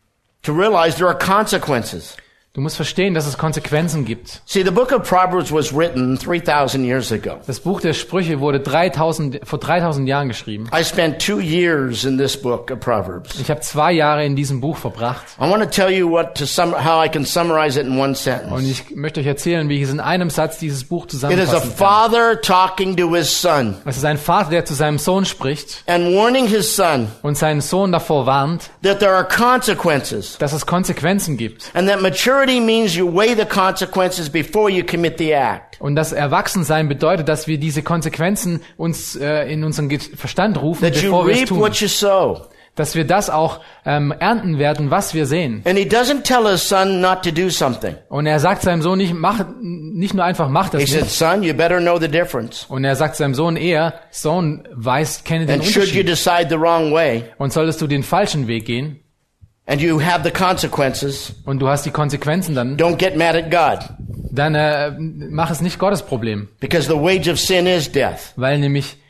To realize there are consequences. Du musst verstehen, dass es Konsequenzen gibt. See, the book of Proverbs was written three thousand years ago. Das Buch der Sprüche wurde dreitausend, vor dreitausend Jahren geschrieben. I spent two years in this book of Proverbs. Ich habe zwei Jahre in diesem Buch verbracht. I want to tell you what to sum, how I can summarize it in one Und sentence. ich möchte euch erzählen, wie ich es in einem Satz dieses Buch It is a zusammenfassen kann. father talking to his son Es ist ein Vater, der zu seinem Sohn spricht and warning his son und seinen Sohn davor warnt, that there are consequences dass es Konsequenzen gibt. and that maturity means you weigh the consequences before you commit the act. Und das Erwachsensein bedeutet, dass wir diese Konsequenzen uns äh, in unseren Ge- Verstand rufen, That you bevor wir es reap tun. what you sow. Dass wir das auch ähm, ernten werden, was wir sehen. And he doesn't tell his son not to do something. Und er sagt seinem Sohn nicht, mach, nicht nur einfach, mach das He said, nicht. son, you better know the difference. Und er sagt seinem Sohn eher, Sohn, weiß, kenne den And should you Unterschied. decide the wrong way Und solltest du den falschen Weg gehen and you have the consequences, und du hast die Konsequenzen dann, don't get mad at God. dann äh, mach es nicht Gottes Problem. Because the wage of sin is death. Weil nämlich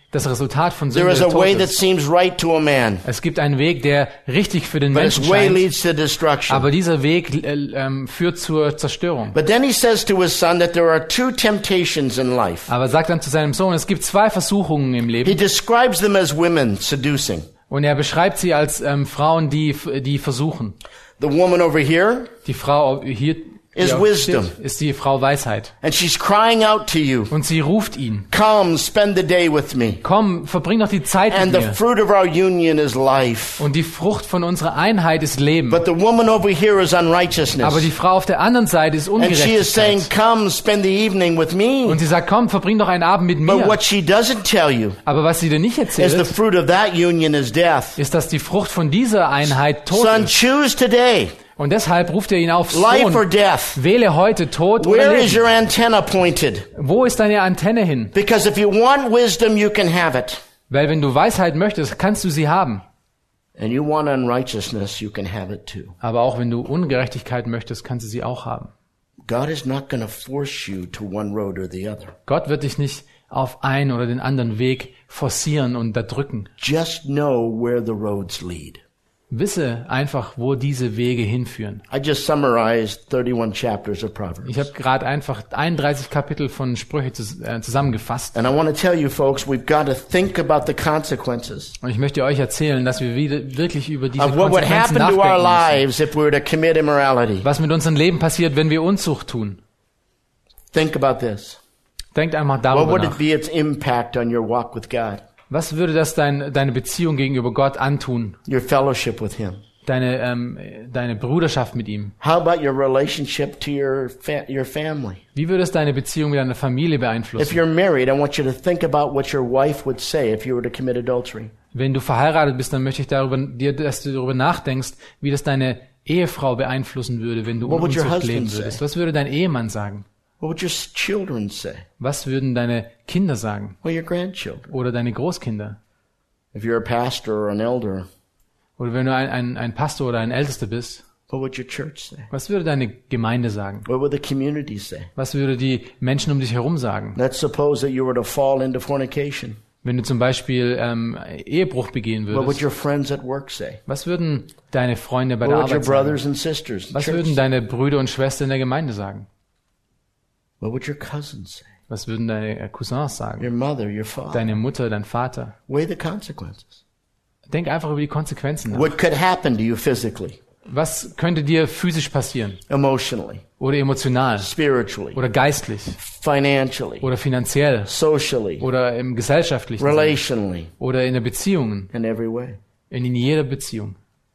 das Resultat von There Sünde is a way Tod that ist. seems right to a man, Es gibt einen Weg, der richtig für den but Menschen its way scheint, leads to destruction. aber dieser Weg äh, ähm, führt zur Zerstörung. But then he says to his son that there are two temptations in life. Aber sagt dann zu seinem Sohn, es gibt zwei Versuchungen im He Leben describes them as women seducing. und er beschreibt sie als ähm, Frauen, die die versuchen. The woman over here, Die Frau hier die Is auch wisdom. steht, ist die Frau Weisheit. and she's crying out to you, Und sie ruft ihn, come, spend the day with me. komm, verbring doch die Zeit And mit the mir. fruit of our union is life. Und die Frucht von unserer Einheit ist Leben. But the woman over here is unrighteousness. Aber die Frau auf der anderen Seite ist And she is saying, Ungerechtigkeit. come, spend the evening with me. Und sie sagt, komm, verbring doch einen Abend mit But mir. what she doesn't tell you Aber was sie dir nicht is the erzählt, fruit of that union is death. ist, dass die Frucht von dieser Einheit Tod Son, ist. choose today, Und deshalb ruft er ihn auf, life or Sohn, death. wähle heute Tod oder Where is Leben. your antenna pointed? Wo ist deine Antenne hin? Because if you want wisdom, you can have it. Weil wenn du Weisheit möchtest, kannst du sie haben. And you want unrighteousness, you can have it too. Aber auch wenn du Ungerechtigkeit möchtest, kannst du sie auch haben. God is not going to force you to one road or the other. Gott wird dich nicht auf einen oder den anderen Weg forcieren und da drücken. Just know where the roads lead. Wisse einfach, wo diese Wege hinführen. I just summarized thirty-one chapters of Proverbs. Ich habe gerade einfach einunddreißig Kapitel von Sprüche zus- äh, zusammengefasst. And I want to tell you folks, we've got to think about the consequences Und ich möchte euch erzählen, dass wir wieder, wirklich über diese of what would Konsequenzen happen to our nachdenken müssen. lives if we were to commit immorality. Was mit unserem Leben passiert, wenn wir Unzucht tun. Think about this. Denkt einmal What darüber would it nach. be its impact on your walk with God, Was würde das dein, deine Beziehung gegenüber Gott antun? your fellowship with Him? Deine, ähm, deine Bruderschaft mit ihm? How about your relationship to your fa- your family? Wie würde es deine Beziehung mit deiner Familie If beeinflussen? you're married, I want you to think about what your wife would say if you were to commit adultery. Wenn du verheiratet bist, dann möchte ich darüber, dir, dass du darüber nachdenkst, wie das deine Ehefrau beeinflussen würde, wenn du What would your Unzucht husband leben say? würdest. Was würde dein Ehemann sagen? What would your s- children say? Was würden deine Kinder sagen? Or your grandchildren? Oder deine Großkinder? If you're a pastor or an elder, Oder wenn du ein, ein, ein Pastor oder ein Ältester bist? what would your church say? Was würde deine Gemeinde sagen? What would the community say? Was würde die Menschen um dich herum sagen? Let's suppose that you were to fall into fornication. Wenn du zum Beispiel ähm, Ehebruch begehen What would würdest? your friends at work say? Was würden deine Freunde bei What der would your Arbeit sagen? brothers and sisters? in Was church würden say? deine Brüder und Schwestern in der Gemeinde sagen? What would your cousins say? Was würden deine äh, Cousins sagen? Your mother, your father? Deine Mutter, dein Vater? Weigh the consequences. Denk einfach über die Konsequenzen nach. What could happen to you physically, Was könnte dir physisch passieren? emotionally, Oder emotional? spiritually, Oder geistlich? financially, Oder finanziell? socially, Oder im gesellschaftlichen Sinne? relationally, Oder in den Beziehungen? in every way? In, in jeder Beziehung.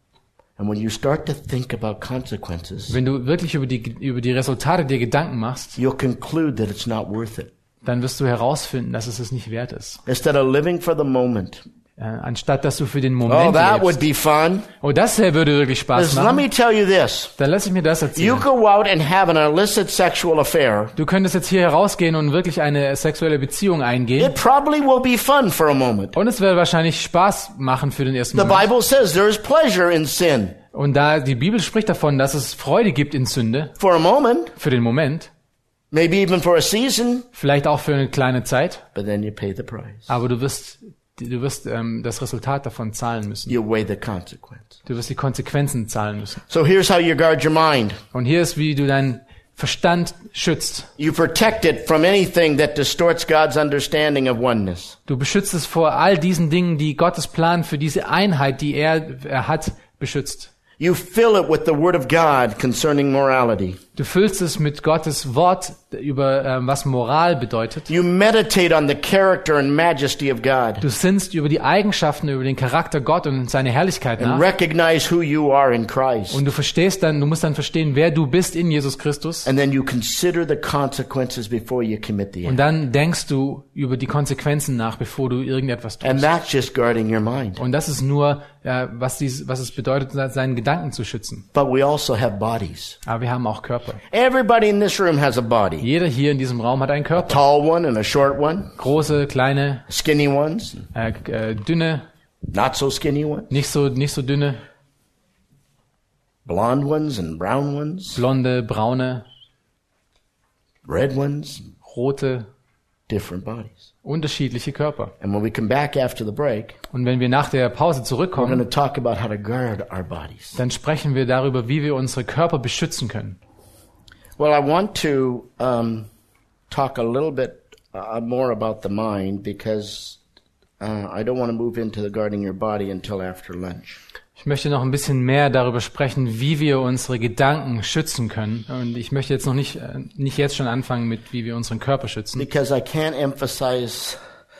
And when you start to think about consequences, Wenn du wirklich über die, über die Resultate dir Gedanken machst, you'll conclude that it's not worth it. dann wirst du herausfinden, dass es es nicht wert ist. Instead of living for the moment, Äh, anstatt dass du für den oh, Moment that would lebst. be fun. Oh, das hier würde wirklich Spaß Listen, let machen. me tell you this. Dann lass ich mir das You erzählen. go out and have an illicit sexual affair. Du könntest jetzt hier herausgehen und wirklich eine sexuelle Beziehung eingehen. It probably will be fun for a moment. Und es wird wahrscheinlich Spaß machen für den ersten The Moment. Bible says there is pleasure in sin Und da die Bibel spricht davon, dass es Freude gibt in Sünde, for a moment, für den Moment, maybe even for a season, vielleicht auch für eine kleine Zeit, but then you pay the price. aber du wirst, du wirst ähm, das Resultat davon zahlen müssen. You weigh the consequence. Du wirst die Konsequenzen zahlen müssen. So here's how you guard your mind. Und hier ist, wie du deinen Verstand schützt. You protect it from anything that distorts God's understanding of oneness. Du beschützt es vor all diesen Dingen, die Gottes Plan für diese Einheit, die er, er hat, beschützt. You fill it with the Word of God concerning morality. Du füllst es mit Gottes Wort über ähm, was Moral bedeutet. You meditate on the character and majesty of God Du sinnst über die Eigenschaften, über den Charakter Gott und seine Herrlichkeit and nach. recognize who you are in Christ. Und du verstehst dann, du musst dann verstehen, wer du bist in Jesus Christus. And then you consider the consequences before you commit the Und act. dann denkst du über die Konsequenzen nach, bevor du irgendetwas And tust. that's just guarding your mind. Und das ist nur, äh, was, dies, was es bedeutet, seinen Gedanken zu schützen. But we also have bodies. Aber wir haben auch Körper. Everybody in this room has a body. Jeder hier in diesem Raum hat einen Körper. Tall one and a short one, Große, kleine, skinny ones, äh, äh, dünne, not so skinny ones, nicht so, nicht so dünne, blonde ones and brown ones, blonde, braune, red ones, rote, different bodies. Unterschiedliche Körper. And when we come back after the break, Und wenn wir nach der Pause we're going zurückkommen, to talk about how to guard our bodies. dann sprechen wir darüber, wie wir unsere Körper beschützen können. Well, I want to um, talk a little bit uh, more about the mind because uh, I don't want to move into the guarding your body until after lunch. Ich möchte noch ein bisschen mehr darüber sprechen, wie wir unsere Gedanken schützen können. Und ich möchte jetzt noch nicht, äh, nicht jetzt schon anfangen mit, wie wir unseren Körper schützen. Because I can't emphasize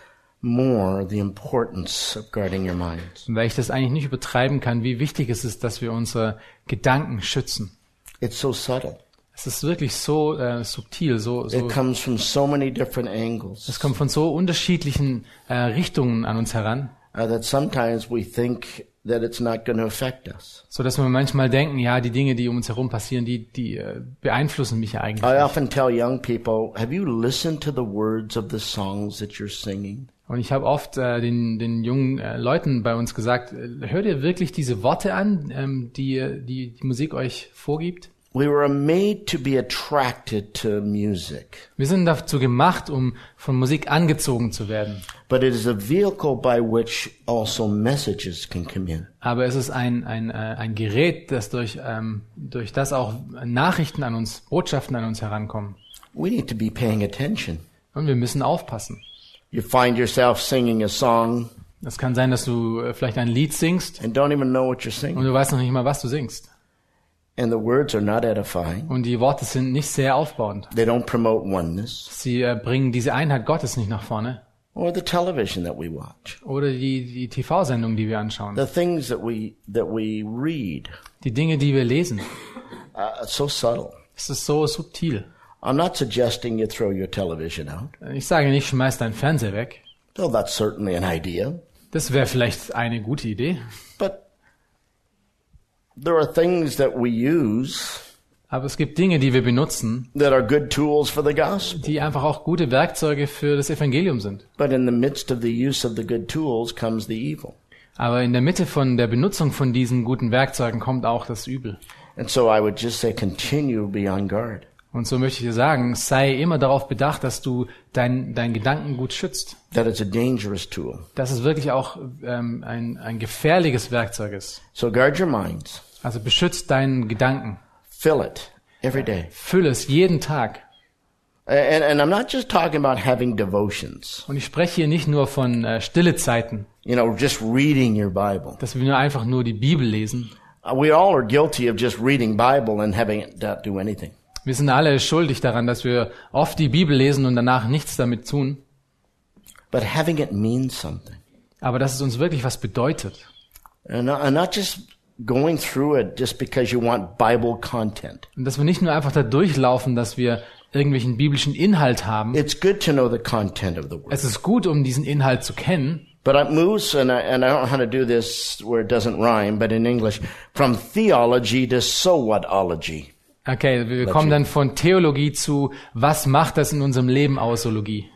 more the importance of guarding your minds. Weil ich das eigentlich nicht übertreiben kann, wie wichtig es ist, dass wir unsere Gedanken schützen. It's so subtle. Es ist wirklich so äh, subtil, so, so. It comes from so many different angles Es kommt von so unterschiedlichen äh, Richtungen an uns heran, uh, that sometimes we think that it's not going to affect us. so dass wir manchmal denken, ja, die Dinge, die um uns herum passieren, die, die äh, beeinflussen mich ja eigentlich I nicht. often tell young people, have you listened to the words of the songs that you're singing? Und ich habe oft äh, den, den jungen äh, Leuten bei uns gesagt, äh, hört ihr wirklich diese Worte an, ähm, die, die die Musik euch vorgibt? We were made to be attracted to music, Wir sind dazu gemacht, um von Musik angezogen zu werden. but it is a vehicle by which also messages can commune. Aber es ist ein, ein, äh, ein Gerät, das durch, ähm, durch das auch Nachrichten an uns, Botschaften an uns herankommen. We need to be paying attention. Und wir müssen aufpassen. You find yourself singing a song Es kann sein, dass du äh, vielleicht ein Lied singst and don't even know what you're und singing. du weißt noch nicht mal, was du singst. And the words are not edifying. Und die Worte sind nicht sehr aufbauend. They don't promote oneness. Sie äh, bringen diese Einheit Gottes nicht nach vorne. Or the television that we watch. Oder die, die T V-Sendung, die wir anschauen. The things that we that we read. Die Dinge, die wir lesen. Uh, so subtle. Es ist so subtil. I'm not suggesting you throw your television out. Ich sage nicht, schmeiß deinen Fernseher weg. Though that's certainly an idea. Das wäre vielleicht eine gute Idee. But there are things that we use Aber es gibt Dinge, die wir benutzen, that are good tools for the gospel. die einfach auch gute Werkzeuge für das Evangelium sind. But in the midst of the use of the good tools comes the evil. Aber in der Mitte von der Benutzung von diesen guten Werkzeugen kommt auch das Übel. And so I would just say continue to be on guard. Und so möchte ich dir sagen, sei immer darauf bedacht, dass du dein, dein Gedanken gut schützt. That it's a dangerous tool. Dass es wirklich auch ähm, ein, ein gefährliches Werkzeug ist. So guard your minds. Also beschützt deinen Gedanken. Fill it every day. Füll es jeden Tag. And, and I'm not just talking about having devotions. Und ich spreche hier nicht nur von äh, stille Zeiten, You know, just reading your Bible. dass wir nur einfach nur die Bibel lesen. Uh, We all are guilty of just reading Bible and having it not do anything. Wir sind alle schuldig daran, dass wir oft die Bibel lesen und danach nichts damit tun. But having it mean something. Aber dass es uns wirklich was bedeutet. And not, and not just going through it just because you want Bible content. Und dass wir nicht nur einfach da durchlaufen, dass wir irgendwelchen biblischen Inhalt haben. It's good to know the content of the word. Es ist gut, um diesen Inhalt zu kennen. But it moves, and I, and I don't know how to do this where it doesn't rhyme, but in English, from theology to so whatology. Okay, wir kommen dann von Theologie zu, was macht das in unserem Leben Ausologie?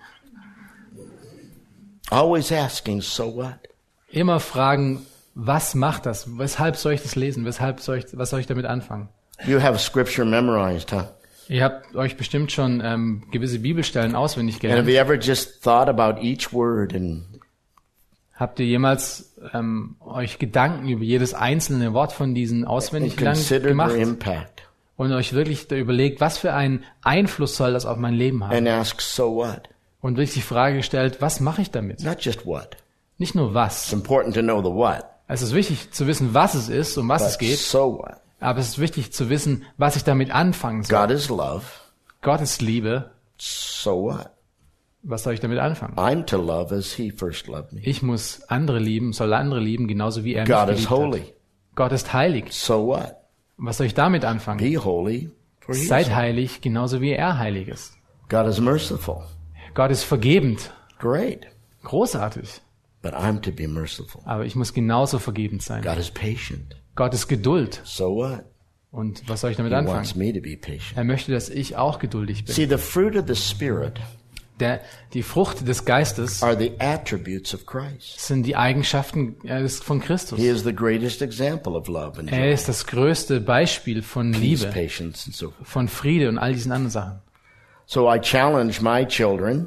Always asking, so what? Immer fragen, was macht das? Weshalb soll ich das lesen? Weshalb soll ich, was soll ich damit anfangen? You have scripture memorized, huh? Ihr habt euch bestimmt schon ähm, gewisse Bibelstellen auswendig And have gelernt. you ever just thought about each word and Habt ihr jemals ähm, euch Gedanken über jedes einzelne Wort von diesen auswendig and gelernt considered gemacht their impact und euch wirklich da überlegt, was für einen Einfluss soll das auf mein Leben haben? and ask, so what? Und wirklich die Frage gestellt, was mache ich damit? Not just what. Nicht nur It's was. important to know the what, Es ist wichtig zu wissen, was es ist, um was es but geht. so what? Aber es ist wichtig zu wissen, was ich damit anfangen soll. God is love, Gott ist Liebe. so what? Was soll ich damit anfangen? I'm to love as he first loved me. Ich muss andere lieben, soll andere lieben, genauso wie er mich God geliebt is holy, hat. Gott ist heilig. so what? Was soll ich damit anfangen? Be holy, for he is Seid holy. heilig, genauso wie er heilig ist. God is merciful, Gott ist vergebend. great, Großartig. but I'm to be merciful. Aber ich muss genauso vergebend sein. God is patient, Gott ist Geduld. so what? Und was soll ich damit He wants anfangen? me to be patient. Er möchte, dass ich auch geduldig bin. See, the fruit of the Spirit Der, die Frucht des Geistes are the attributes of Christ. sind die Eigenschaften äh, des- von Christus. He is the greatest example of love and Er joy, ist das größte Beispiel von peace, Liebe, patience, and so forth. von Friede und all diesen anderen Sachen. So I challenge my children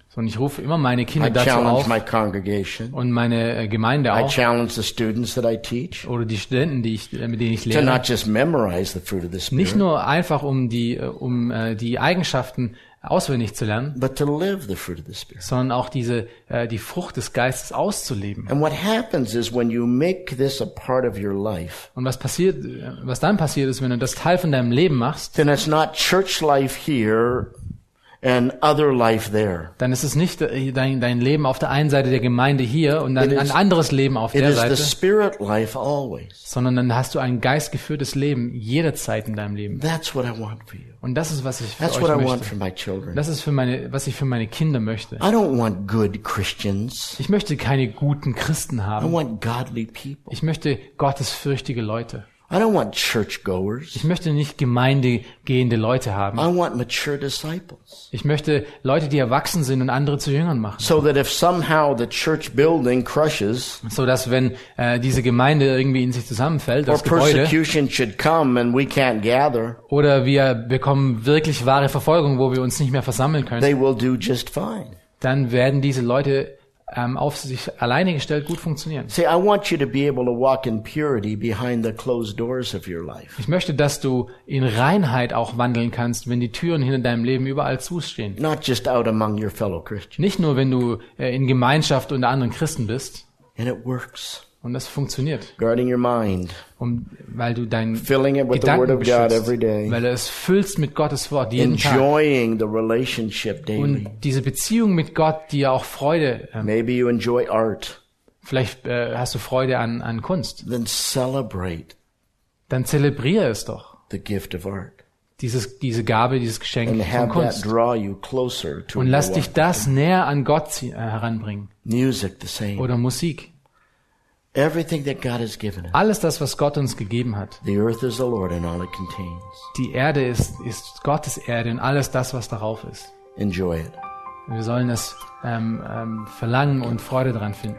Und ich rufe immer meine Kinder I dazu challenge auf my congregation. und meine äh, Gemeinde I auch challenge the students that I teach oder die Studenten, die ich, äh, mit denen ich to lehre. not just memorize the fruit of the Nicht Spirit, nur einfach, um die, äh, um äh, die Eigenschaften auswendig zu lernen, but to live the fruit of the Spirit. sondern auch diese äh, die Frucht des Geistes auszuleben. And what happens is when you make this a part of your life, Und was passiert, äh, was dann passiert ist, wenn du das Teil von deinem Leben machst, then it's not church life here and other life there. dann ist es nicht äh, dein, dein Leben auf der einen Seite der Gemeinde hier und dann It ein is- anderes Leben auf It der is the Seite, spirit life always. sondern dann hast du ein geistgeführtes Leben jederzeit in deinem Leben. That's what I want for you. Und das ist, was ich für That's euch what I want möchte. for my children. Das ist für meine, was ich für meine Kinder möchte. I don't want good Christians. Ich möchte keine guten Christen I haben. want godly people. Ich möchte gottesfürchtige Leute. I don't want churchgoers. Ich möchte nicht gemeindegehende Leute haben. I want mature disciples. Ich möchte Leute, die erwachsen sind und andere zu Jüngern machen. So that if somehow the church building crushes So dass wenn äh, diese Gemeinde irgendwie in sich zusammenfällt, or das Gebäude, persecution should come and we can't gather, oder wir bekommen wirklich wahre Verfolgung, wo wir uns nicht mehr versammeln können, they will do just fine. dann werden diese Leute ähm, auf sich alleine gestellt gut funktionieren. See, I want you to be able to walk in purity behind the closed doors of your life. Ich möchte, dass du in Reinheit auch wandeln kannst, wenn die Türen hinter deinem Leben überall zustehen. Not just out among your fellow Christians. Nicht nur, wenn du äh, in Gemeinschaft unter anderen Christen bist. And it works. Und das funktioniert. Guarding your mind. Und weil du deinen Filling it with the Gedanken Word of God beschützt, every day. weil du es füllst mit Gottes Wort jeden Tag. Enjoying the relationship daily. Und diese Beziehung mit Gott, die ja auch Freude, ähm, Maybe you enjoy art. vielleicht äh, hast du Freude an, an Kunst. Then celebrate Dann zelebriere es doch. the gift of art. Dieses, diese Gabe, dieses Geschenk And von have that Kunst. draw you closer to Und your lass dich walk. das näher an Gott zie- äh, heranbringen. Music the same. Oder Musik. Everything that God has given us. Alles das, was Gott uns gegeben hat. The earth is the Lord and all it contains. Die Erde ist, ist Gottes Erde und alles das, was darauf ist. Enjoy it. Wir sollen es ähm, ähm, verlangen und Freude daran finden.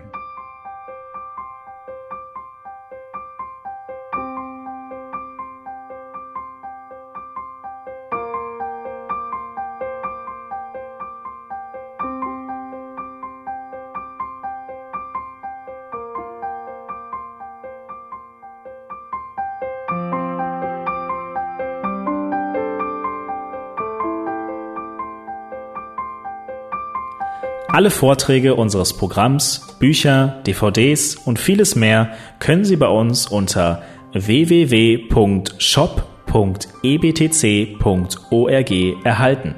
Alle Vorträge unseres Programms, Bücher, D V Ds und vieles mehr können Sie bei uns unter w w w punkt shop punkt e b t c punkt org erhalten.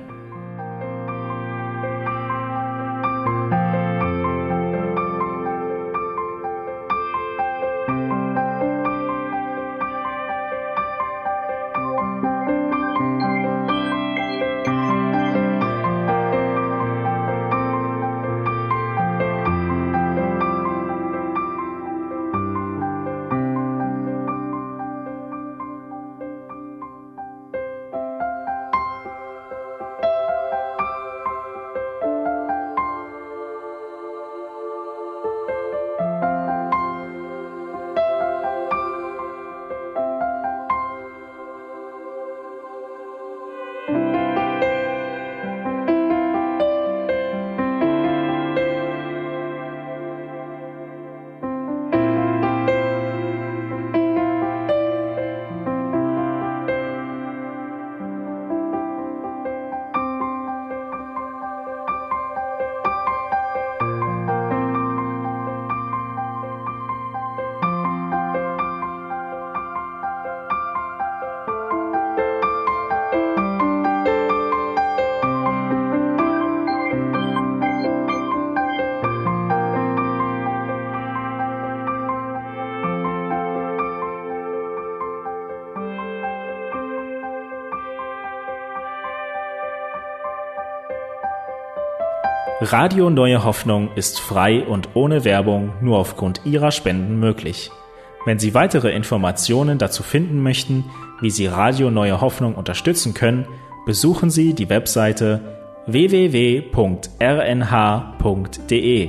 Radio Neue Hoffnung ist frei und ohne Werbung nur aufgrund Ihrer Spenden möglich. Wenn Sie weitere Informationen dazu finden möchten, wie Sie Radio Neue Hoffnung unterstützen können, besuchen Sie die Webseite w w w punkt r n h punkt d e.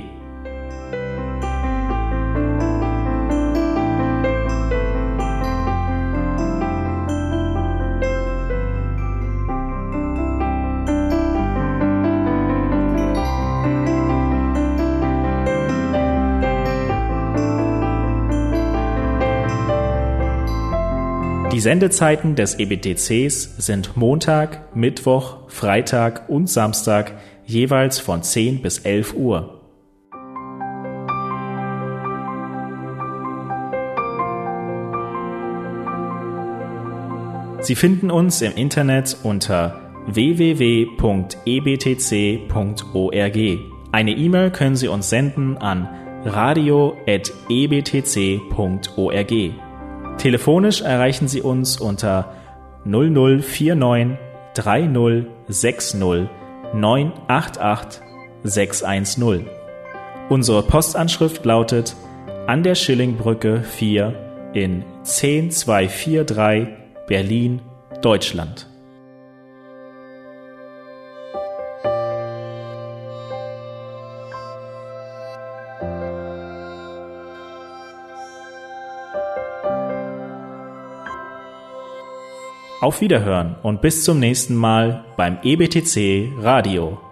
Sendezeiten des E B T Cs sind Montag, Mittwoch, Freitag und Samstag jeweils von zehn bis elf Uhr. Sie finden uns im Internet unter w w w punkt e b t c punkt org. Eine E-Mail können Sie uns senden an radio at e b t c punkt org. Telefonisch erreichen Sie uns unter null null vier neun drei null sechs null neun acht acht sechs eins null. Unsere Postanschrift lautet an der Schillingbrücke vier in zehn zwei vier drei Berlin, Deutschland. Auf Wiederhören und bis zum nächsten Mal beim E B T C Radio.